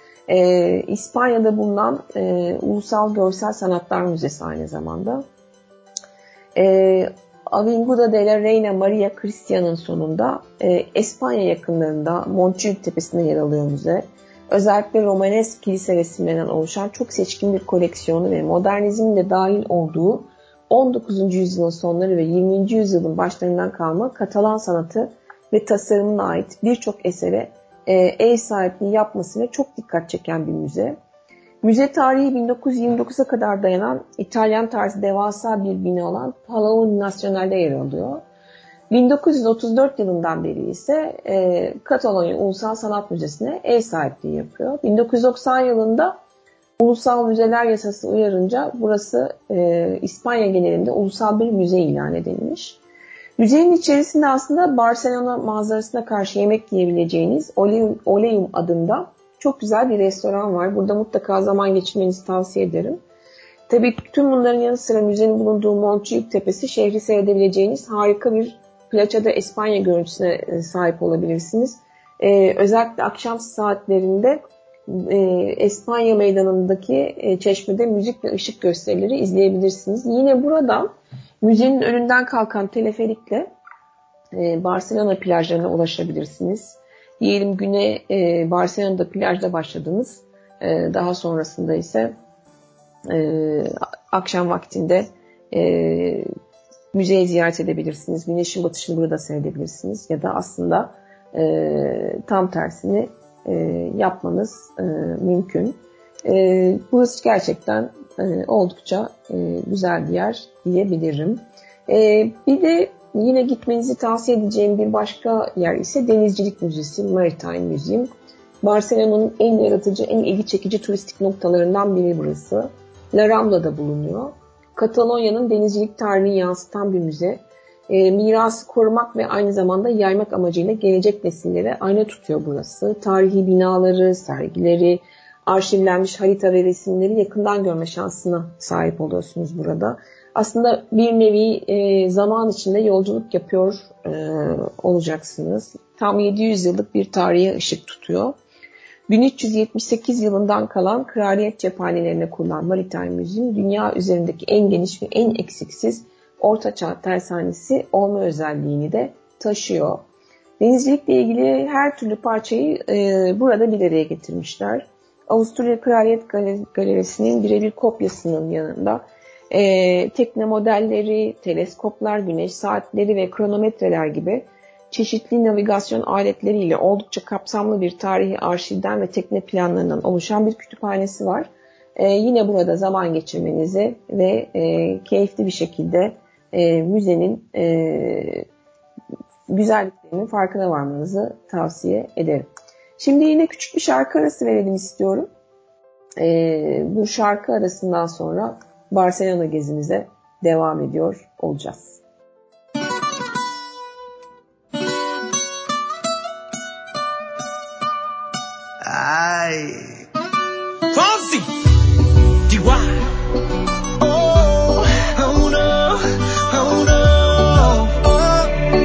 E, İspanya'da bulunan e, Ulusal Görsel Sanatlar Müzesi aynı zamanda. E, Avinguda de la Reina Maria Cristia'nın sonunda e, Espanya yakınlarında Montjuic tepesinde yer alıyor müze. Özellikle Romanesk kilise resimlerinden oluşan çok seçkin bir koleksiyonu ve modernizmin de dahil olduğu on dokuzuncu yüzyılın sonları ve yirminci yüzyılın başlarından kalma Katalan sanatı ve tasarımına ait birçok esere e, ev sahipliği yapmasıyla çok dikkat çeken bir müze. Müze tarihi bin dokuz yüz yirmi dokuza kadar dayanan İtalyan tarzı devasa bir bina olan Palau Nacional'de yer alıyor. bin dokuz yüz otuz dört yılından beri ise e, Katalonya Ulusal Sanat Müzesi'ne ev sahipliği yapıyor. bin dokuz yüz doksan yılında Ulusal Müzeler Yasası uyarınca burası e, İspanya genelinde ulusal bir müze ilan edilmiş. Müzenin içerisinde aslında Barcelona manzarasına karşı yemek yiyebileceğiniz Oleum, Oleum adında çok güzel bir restoran var. Burada mutlaka zaman geçirmenizi tavsiye ederim. Tabii tüm bunların yanı sıra müzenin bulunduğu Montjuic Tepesi, şehri seyredebileceğiniz harika bir Plaça de Espanya görüntüsüne sahip olabilirsiniz. Ee, özellikle akşam saatlerinde e, Espanya Meydanı'ndaki e, çeşmede müzik ve ışık gösterileri izleyebilirsiniz. Yine buradan müzenin önünden kalkan teleferikle e, Barcelona plajlarına ulaşabilirsiniz. Diyelim güne e, Barcelona'da plajda başladınız. E, daha sonrasında ise e, akşam vaktinde e, müzeyi ziyaret edebilirsiniz. Güneşin batışını burada seyredebilirsiniz. Ya da aslında e, tam tersini e, yapmanız e, mümkün. E, burası gerçekten e, oldukça e, güzel bir yer diyebilirim. E, bir de yine gitmenizi tavsiye edeceğim bir başka yer ise Denizcilik Müzesi, Maritime Museum. Barcelona'nın en yaratıcı, en ilgi çekici turistik noktalarından biri burası. La Rambla'da bulunuyor. Katalonya'nın denizcilik tarihini yansıtan bir müze. E, mirası korumak ve aynı zamanda yaymak amacıyla gelecek nesillere ayna tutuyor burası. Tarihi binaları, sergileri, arşivlenmiş harita ve resimleri yakından görme şansına sahip oluyorsunuz burada. Aslında bir nevi e, zaman içinde yolculuk yapıyor e, olacaksınız. Tam yedi yüz yıllık bir tarihe ışık tutuyor. bin üç yüz yetmiş sekiz yılından kalan kraliyet cephanelerine kurulan Maritime Museum, dünya üzerindeki en geniş ve en eksiksiz ortaçağ tersanesi olma özelliğini de taşıyor. Denizcilikle ilgili her türlü parçayı e, burada bir araya getirmişler. Avusturya Kraliyet Galerisi'nin birebir kopyasının yanında e, tekne modelleri, teleskoplar, güneş saatleri ve kronometreler gibi çeşitli navigasyon aletleriyle oldukça kapsamlı bir tarihi arşivden ve tekne planlarından oluşan bir kütüphanesi var. Ee, yine burada zaman geçirmenizi ve e, keyifli bir şekilde e, müzenin e, güzelliklerinin farkına varmanızı tavsiye ederim. Şimdi yine küçük bir şarkı arası verelim istiyorum. E, bu şarkı arasından sonra Barcelona gezimize devam ediyor olacağız. Ay, Fonsi, T Y. Oh, oh no, oh no, oh.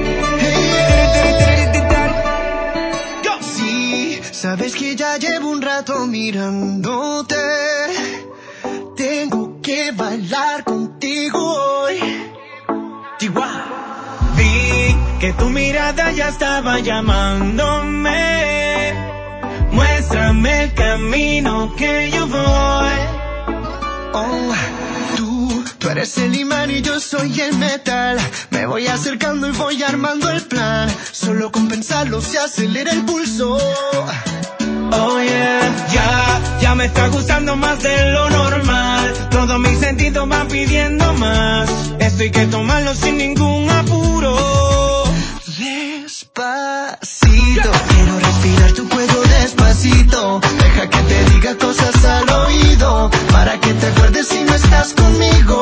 Hey, go. Sí, sabes que ya llevo un rato mirándote. Tengo que bailar contigo hoy. T Y. Vi que tu mirada ya estaba llamándome. Muéstrame el camino que yo voy. Oh, tú, tú eres el imán y yo soy el metal. Me voy acercando y voy armando el plan. Solo con pensarlo se acelera el pulso. Oh yeah, ya, ya me está gustando más de lo normal. Todos mis sentidos van pidiendo más. Esto hay que tomarlo sin ningún apuro. Despacito, quiero respirar tu cuello despacito. Deja que te diga cosas al oído, para que te acuerdes si no estás conmigo.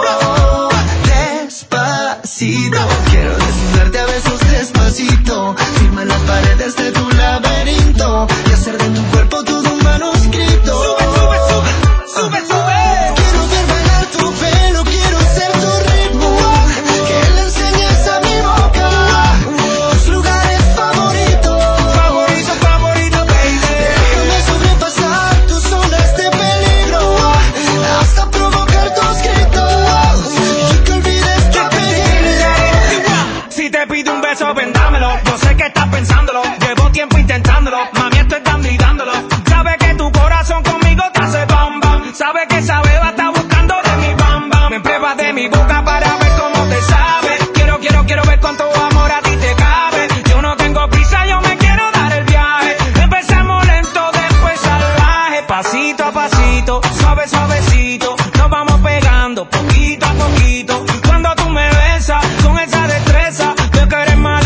Despacito, quiero desnudarte a besos despacito. Firma las paredes de tu laberinto y hacer de tu cuerpo todo un manuscrito. Sube, sube, sube, sube, sube. Quiero ver bailar tu pelo, quiero ser tu ritmo. Que le enseñes a mi boca tus lugares favoritos. Favorito, favorito, baby. Déjame sobrepasar tus zonas de peligro hasta provocar tus gritos y que olvides tu apellido. Si te pido un beso, vendámelo. Yo sé que estás pensándolo. Llevo tiempo intentándolo. Mami, estoy dando y dándolo. Sabe que tu corazón conmigo te hace bam bam. Sabe que esa beba está buscando de mi bam bam. Me pruebas de mi boca para ver cómo te sabe. Quiero, quiero, quiero ver cuánto amor a ti te cabe. Yo no tengo prisa, yo me quiero dar el viaje. Empezamos lento, después salvaje. Pasito a pasito, suave, suavecito. Nos vamos pegando poquito a poquito. Cuando tú me besas con esa destreza, veo que eres más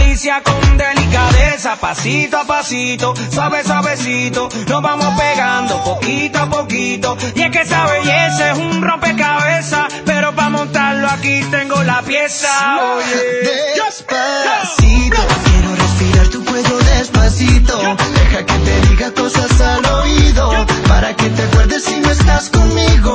pasito a pasito, suave suavecito, nos vamos pegando poquito a poquito. Y es que esa belleza es un rompecabezas, pero para montarlo aquí tengo la pieza. Oye, despacito, quiero respirar tu cuello despacito. Deja que te diga cosas al oído, para que te acuerdes si no estás conmigo.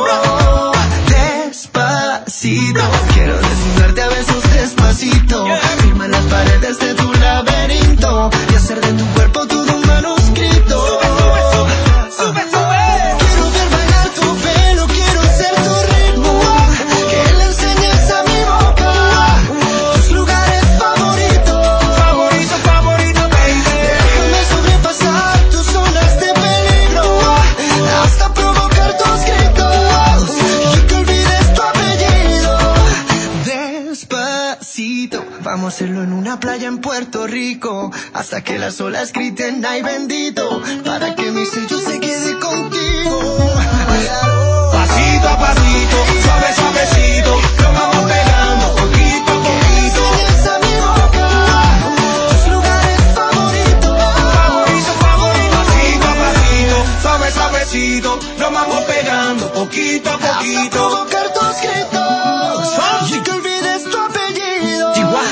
Despacito, quiero desnudarte a besos despacito. Firma las paredes de tu laberinto y hacer de tu cuerpo todo un manuscrito. sube, sube. Quiero ver bailar tu pelo, quiero ser tu ritmo, que le enseñes a mi boca tus lugares favoritos. Favorito, favorito, baby. Déjame sobrepasar tus zonas de peligro, hasta provocar tus gritos y que olvides tu apellido. Despacito, vamos a hacerlo en una playa en Puerto Rico, hasta que las olas griten ay bendito, para que mi sello se quede contigo. Pasito a pasito, suave suavecito, nos vamos pegando poquito a poquito. Enseñes a mi boca tus lugares favoritos. Favorito, favorito, pasito a pasito, suave suavecito, nos vamos pegando poquito a Hasta poquito. provocar tus gritos y que olvides tu apellido.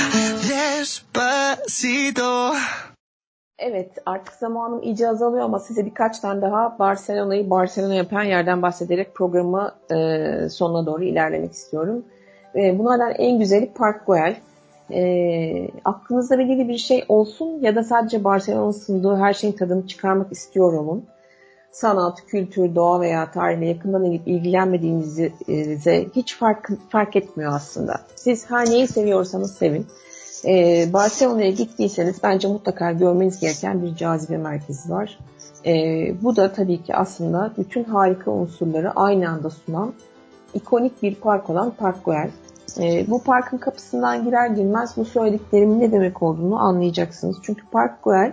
Despacito. Evet, artık zamanım iyice azalıyor ama size birkaç tane daha Barcelona'yı Barcelona yapan yerden bahsederek programı e, sonuna doğru ilerlemek istiyorum. E, bunlardan en güzeli Park Güell. E, aklınızda belirli bir şey olsun ya da sadece Barcelona'nın sunduğu her şeyin tadını çıkarmak istiyor olun. Sanat, kültür, doğa veya tarihle yakından ilgili ilgilenmediğinize hiç fark, fark etmiyor aslında. Siz her neyi seviyorsanız sevin. Ee, Barcelona'ya gittiyseniz bence mutlaka görmeniz gereken bir cazibe merkezi var. Ee, bu da tabii ki aslında bütün harika unsurları aynı anda sunan ikonik bir park olan Park Güell. Ee, bu parkın kapısından girer girmez bu söylediklerimin ne demek olduğunu anlayacaksınız. Çünkü Park Güell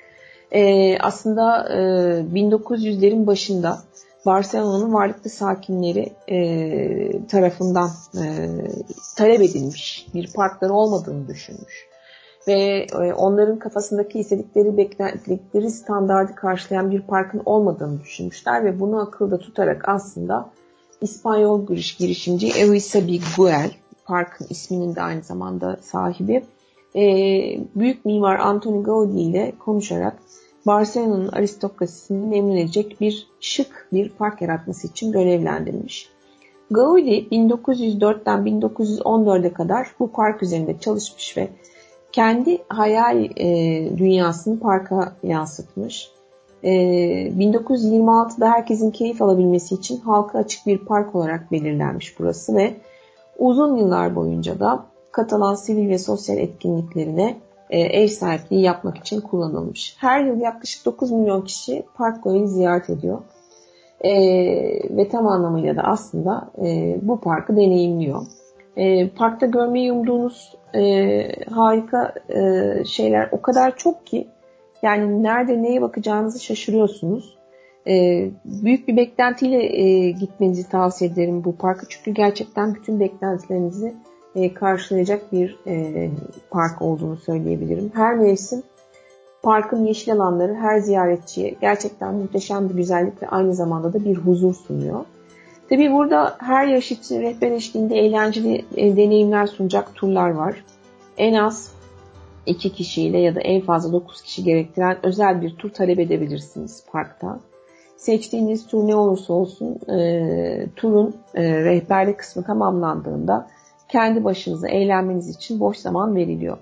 e, aslında e, bin dokuz yüzlerin başında Barcelona'nın varlıklı sakinleri e, tarafından e, talep edilmiş bir parkları olmadığını düşünmüş. Ve e, onların kafasındaki istedikleri, beklentileri standardı karşılayan bir parkın olmadığını düşünmüşler ve bunu akılda tutarak aslında İspanyol girişimci Eusebio Güell, parkın isminin de aynı zamanda sahibi, e, büyük mimar Antoni Gaudí ile konuşarak Barcelona'nın aristokrasisini memnun edecek bir şık bir park yaratması için görevlendirilmiş. Gaudí bin dokuz yüz dörtten bin dokuz yüz on dörde kadar bu park üzerinde çalışmış ve kendi hayal e, dünyasını parka yansıtmış. E, bin dokuz yüz yirmi altıda herkesin keyif alabilmesi için halka açık bir park olarak belirlenmiş burası ve uzun yıllar boyunca da Katalan sivil ve sosyal etkinliklerine ev sahipliği yapmak için kullanılmış. Her yıl yaklaşık dokuz milyon kişi Park Güell'i ziyaret ediyor. E, ve tam anlamıyla da aslında e, bu parkı deneyimliyor. E, parkta görmeyi umduğunuz e, harika e, şeyler o kadar çok ki yani nerede neye bakacağınızı şaşırıyorsunuz. E, büyük bir beklentiyle e, gitmenizi tavsiye ederim bu parka. Çünkü gerçekten bütün beklentilerinizi E, karşılayacak bir e, park olduğunu söyleyebilirim. Her mevsim parkın yeşil alanları her ziyaretçiye gerçekten muhteşem bir güzellik ve aynı zamanda da bir huzur sunuyor. Tabii burada her yaş için rehber eşliğinde eğlenceli e, deneyimler sunacak turlar var. En az iki kişiyle ya da en fazla dokuz kişi gerektiren özel bir tur talep edebilirsiniz parkta. Seçtiğiniz tur ne olursa olsun e, turun e, rehberlik kısmı tamamlandığında kendi başınıza eğlenmeniz için boş zaman veriliyor.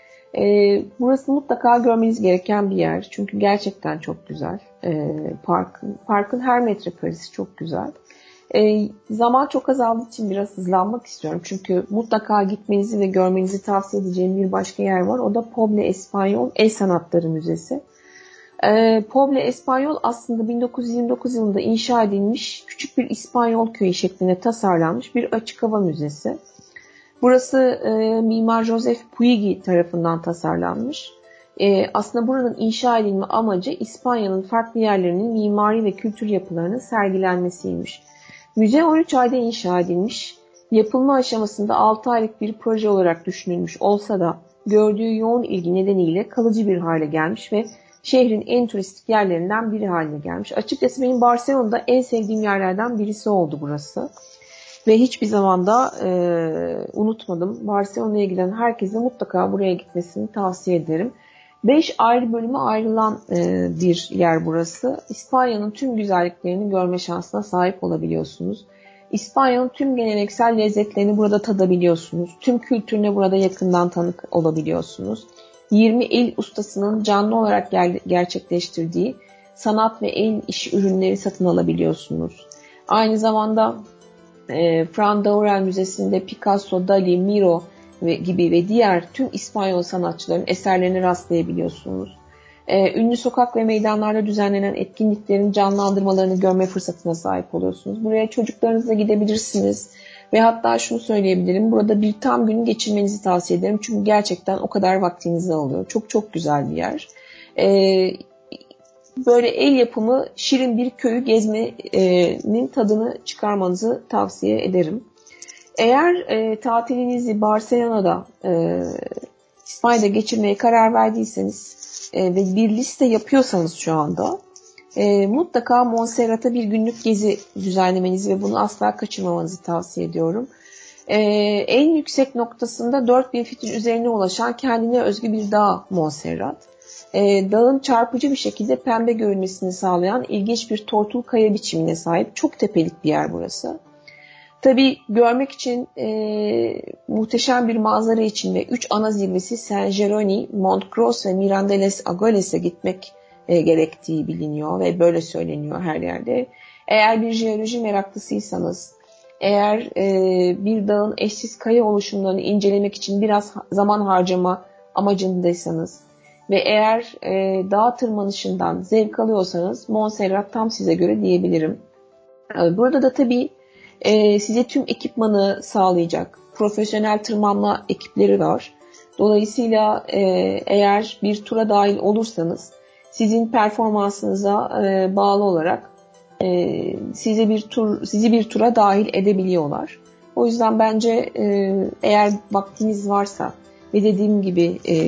Ee, burası mutlaka görmeniz gereken bir yer. Çünkü gerçekten çok güzel. Ee, parkın, parkın her metrekaresi çok güzel. Ee, zaman çok azaldığı için biraz hızlanmak istiyorum. Çünkü mutlaka gitmenizi ve görmenizi tavsiye edeceğim bir başka yer var. O da Poble Espanyol El Sanatları Müzesi. Ee, Poble Espanyol aslında bin dokuz yüz yirmi dokuz yılında inşa edilmiş küçük bir İspanyol köyü şeklinde tasarlanmış bir açık hava müzesi. Burası e, Mimar Joseph Puig tarafından tasarlanmış. E, aslında buranın inşa edilme amacı İspanya'nın farklı yerlerinin mimari ve kültür yapılarının sergilenmesiymiş. Müze on üç ayda inşa edilmiş. Yapılma aşamasında altı aylık bir proje olarak düşünülmüş olsa da gördüğü yoğun ilgi nedeniyle kalıcı bir hale gelmiş ve şehrin en turistik yerlerinden biri haline gelmiş. Açıkçası benim Barcelona'da en sevdiğim yerlerden birisi oldu burası. Ve hiçbir zaman da e, unutmadım. Barcelona'ya giden herkese mutlaka buraya gitmesini tavsiye ederim. Beş ayrı bölüme ayrılan e, bir yer burası. İspanya'nın tüm güzelliklerini görme şansına sahip olabiliyorsunuz. İspanya'nın tüm geleneksel lezzetlerini burada tadabiliyorsunuz. Tüm kültürüne burada yakından tanık olabiliyorsunuz. yirmi el ustasının canlı olarak ger- gerçekleştirdiği sanat ve el işi ürünleri satın alabiliyorsunuz. Aynı zamanda e, Fran Daurel Müzesi'nde Picasso, Dali, Miro ve gibi ve diğer tüm İspanyol sanatçıların eserlerine rastlayabiliyorsunuz. Ee, ünlü sokak ve meydanlarda düzenlenen etkinliklerin canlandırmalarını görme fırsatına sahip oluyorsunuz. Buraya çocuklarınızla gidebilirsiniz. Ve hatta şunu söyleyebilirim. Burada bir tam gün geçirmenizi tavsiye ederim. Çünkü gerçekten o kadar vaktinizi alıyor. Çok çok güzel bir yer. Ee, böyle el yapımı şirin bir köyü gezmenin tadını çıkarmanızı tavsiye ederim. Eğer e, tatilinizi Barcelona'da, e, İspanya'da geçirmeye karar verdiyseniz e, ve bir liste yapıyorsanız şu anda e, mutlaka Montserrat'a bir günlük gezi düzenlemenizi ve bunu asla kaçırmamanızı tavsiye ediyorum. E, en yüksek noktasında dört bin fitin üzerine ulaşan kendine özgü bir dağ Montserrat. E, dağın çarpıcı bir şekilde pembe görünmesini sağlayan ilginç bir tortul kaya biçimine sahip çok tepelik bir yer burası. Tabii görmek için e, muhteşem bir manzara için ve üç ana zirvesi Saint Jeroni, Montcross ve Mirandeles Agoles'e gitmek e, gerektiği biliniyor ve böyle söyleniyor her yerde. Eğer bir jeoloji meraklısıysanız, eğer e, bir dağın eşsiz kaya oluşumlarını incelemek için biraz zaman harcama amacındaysanız ve eğer e, dağ tırmanışından zevk alıyorsanız Montserrat tam size göre diyebilirim. Burada da tabii Ee, size tüm ekipmanı sağlayacak profesyonel tırmanma ekipleri var. Dolayısıyla e, eğer bir tura dahil olursanız sizin performansınıza e, bağlı olarak e, size bir tur sizi bir tura dahil edebiliyorlar. O yüzden bence e, eğer vaktiniz varsa ve dediğim gibi e,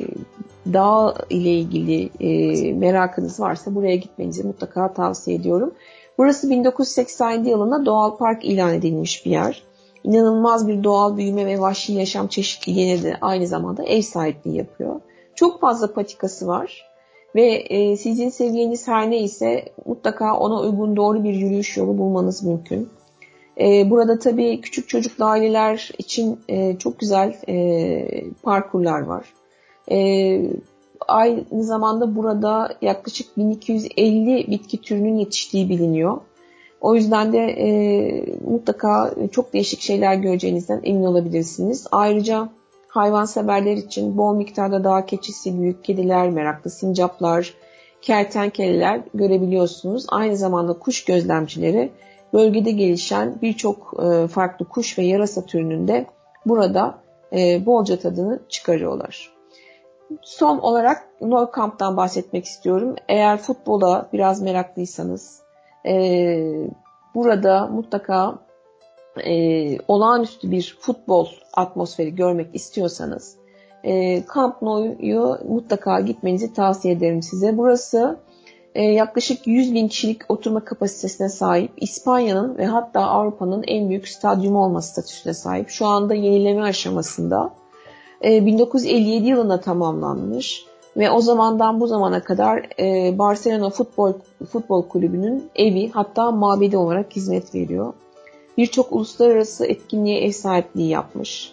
dağ ile ilgili e, merakınız varsa buraya gitmenizi mutlaka tavsiye ediyorum. Burası bin dokuz yüz seksen yedi yılında doğal park ilan edilmiş bir yer. İnanılmaz bir doğal büyüme ve vahşi yaşam çeşitliliğine de aynı zamanda ev sahipliği yapıyor. Çok fazla patikası var ve e, sizin seviyeniz her neyse mutlaka ona uygun doğru bir yürüyüş yolu bulmanız mümkün. E, burada tabii küçük çocuklu aileler için e, çok güzel e, parkurlar var. E, Aynı zamanda burada yaklaşık bin iki yüz elli bitki türünün yetiştiği biliniyor. O yüzden de e, mutlaka çok değişik şeyler göreceğinizden emin olabilirsiniz. Ayrıca hayvanseverler için bol miktarda dağ keçisi, büyük kediler, meraklı sincaplar, kertenkeleler görebiliyorsunuz. Aynı zamanda kuş gözlemcileri bölgede gelişen birçok e, farklı kuş ve yarasa türünün de burada e, bolca tadını çıkarıyorlar. Son olarak Nou Camp'tan bahsetmek istiyorum. Eğer futbola biraz meraklıysanız e, burada mutlaka e, olağanüstü bir futbol atmosferi görmek istiyorsanız e, Camp Nou'yu mutlaka gitmenizi tavsiye ederim size. Burası e, yaklaşık yüz bin kişilik oturma kapasitesine sahip, İspanya'nın ve hatta Avrupa'nın en büyük stadyumu olma statüsüne sahip. Şu anda yenileme aşamasında. bin dokuz yüz elli yedi yılında tamamlanmış ve o zamandan bu zamana kadar Barcelona Futbol Futbol Kulübü'nün evi, hatta mabedi olarak hizmet veriyor. Birçok uluslararası etkinliğe ev sahipliği yapmış.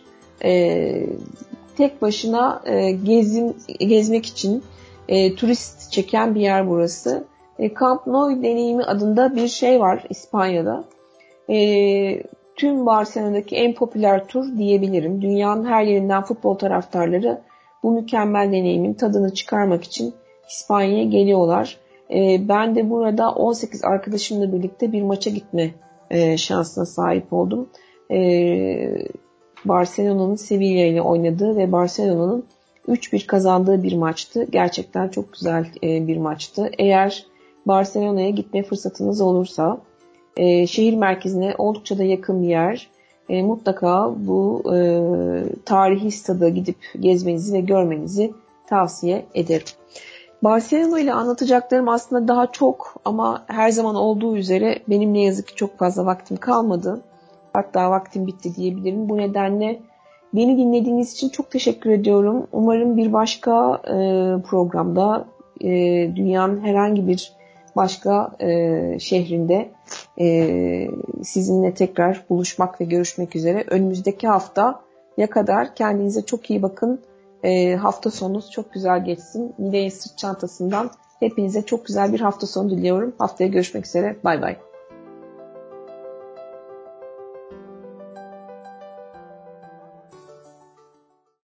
Tek başına gezim, gezmek için turist çeken bir yer burası. Camp Nou deneyimi adında bir şey var İspanya'da. Tüm Barcelona'daki en popüler tur diyebilirim. Dünyanın her yerinden futbol taraftarları bu mükemmel deneyimin tadını çıkarmak için İspanya'ya geliyorlar. Ee, ben de burada on sekiz arkadaşımla birlikte bir maça gitme e, şansına sahip oldum. Ee, Barcelona'nın Sevilla ile oynadığı ve Barcelona'nın üç bir kazandığı bir maçtı. Gerçekten çok güzel e, bir maçtı. Eğer Barcelona'ya gitme fırsatınız olursa, Ee, şehir merkezine oldukça da yakın bir yer. e, mutlaka bu e, tarihi stada gidip gezmenizi ve görmenizi tavsiye ederim. Barcelona ile anlatacaklarım aslında daha çok ama her zaman olduğu üzere benim ne yazık ki çok fazla vaktim kalmadı. Hatta vaktim bitti diyebilirim. Bu nedenle beni dinlediğiniz için çok teşekkür ediyorum. Umarım bir başka e, programda e, dünyanın herhangi bir başka e, şehrinde e, sizinle tekrar buluşmak ve görüşmek üzere. Önümüzdeki haftaya kadar kendinize çok iyi bakın. E, hafta sonunuz çok güzel geçsin. Nilay'ın sırt çantasından hepinize çok güzel bir hafta sonu diliyorum. Haftaya görüşmek üzere. Bay bay.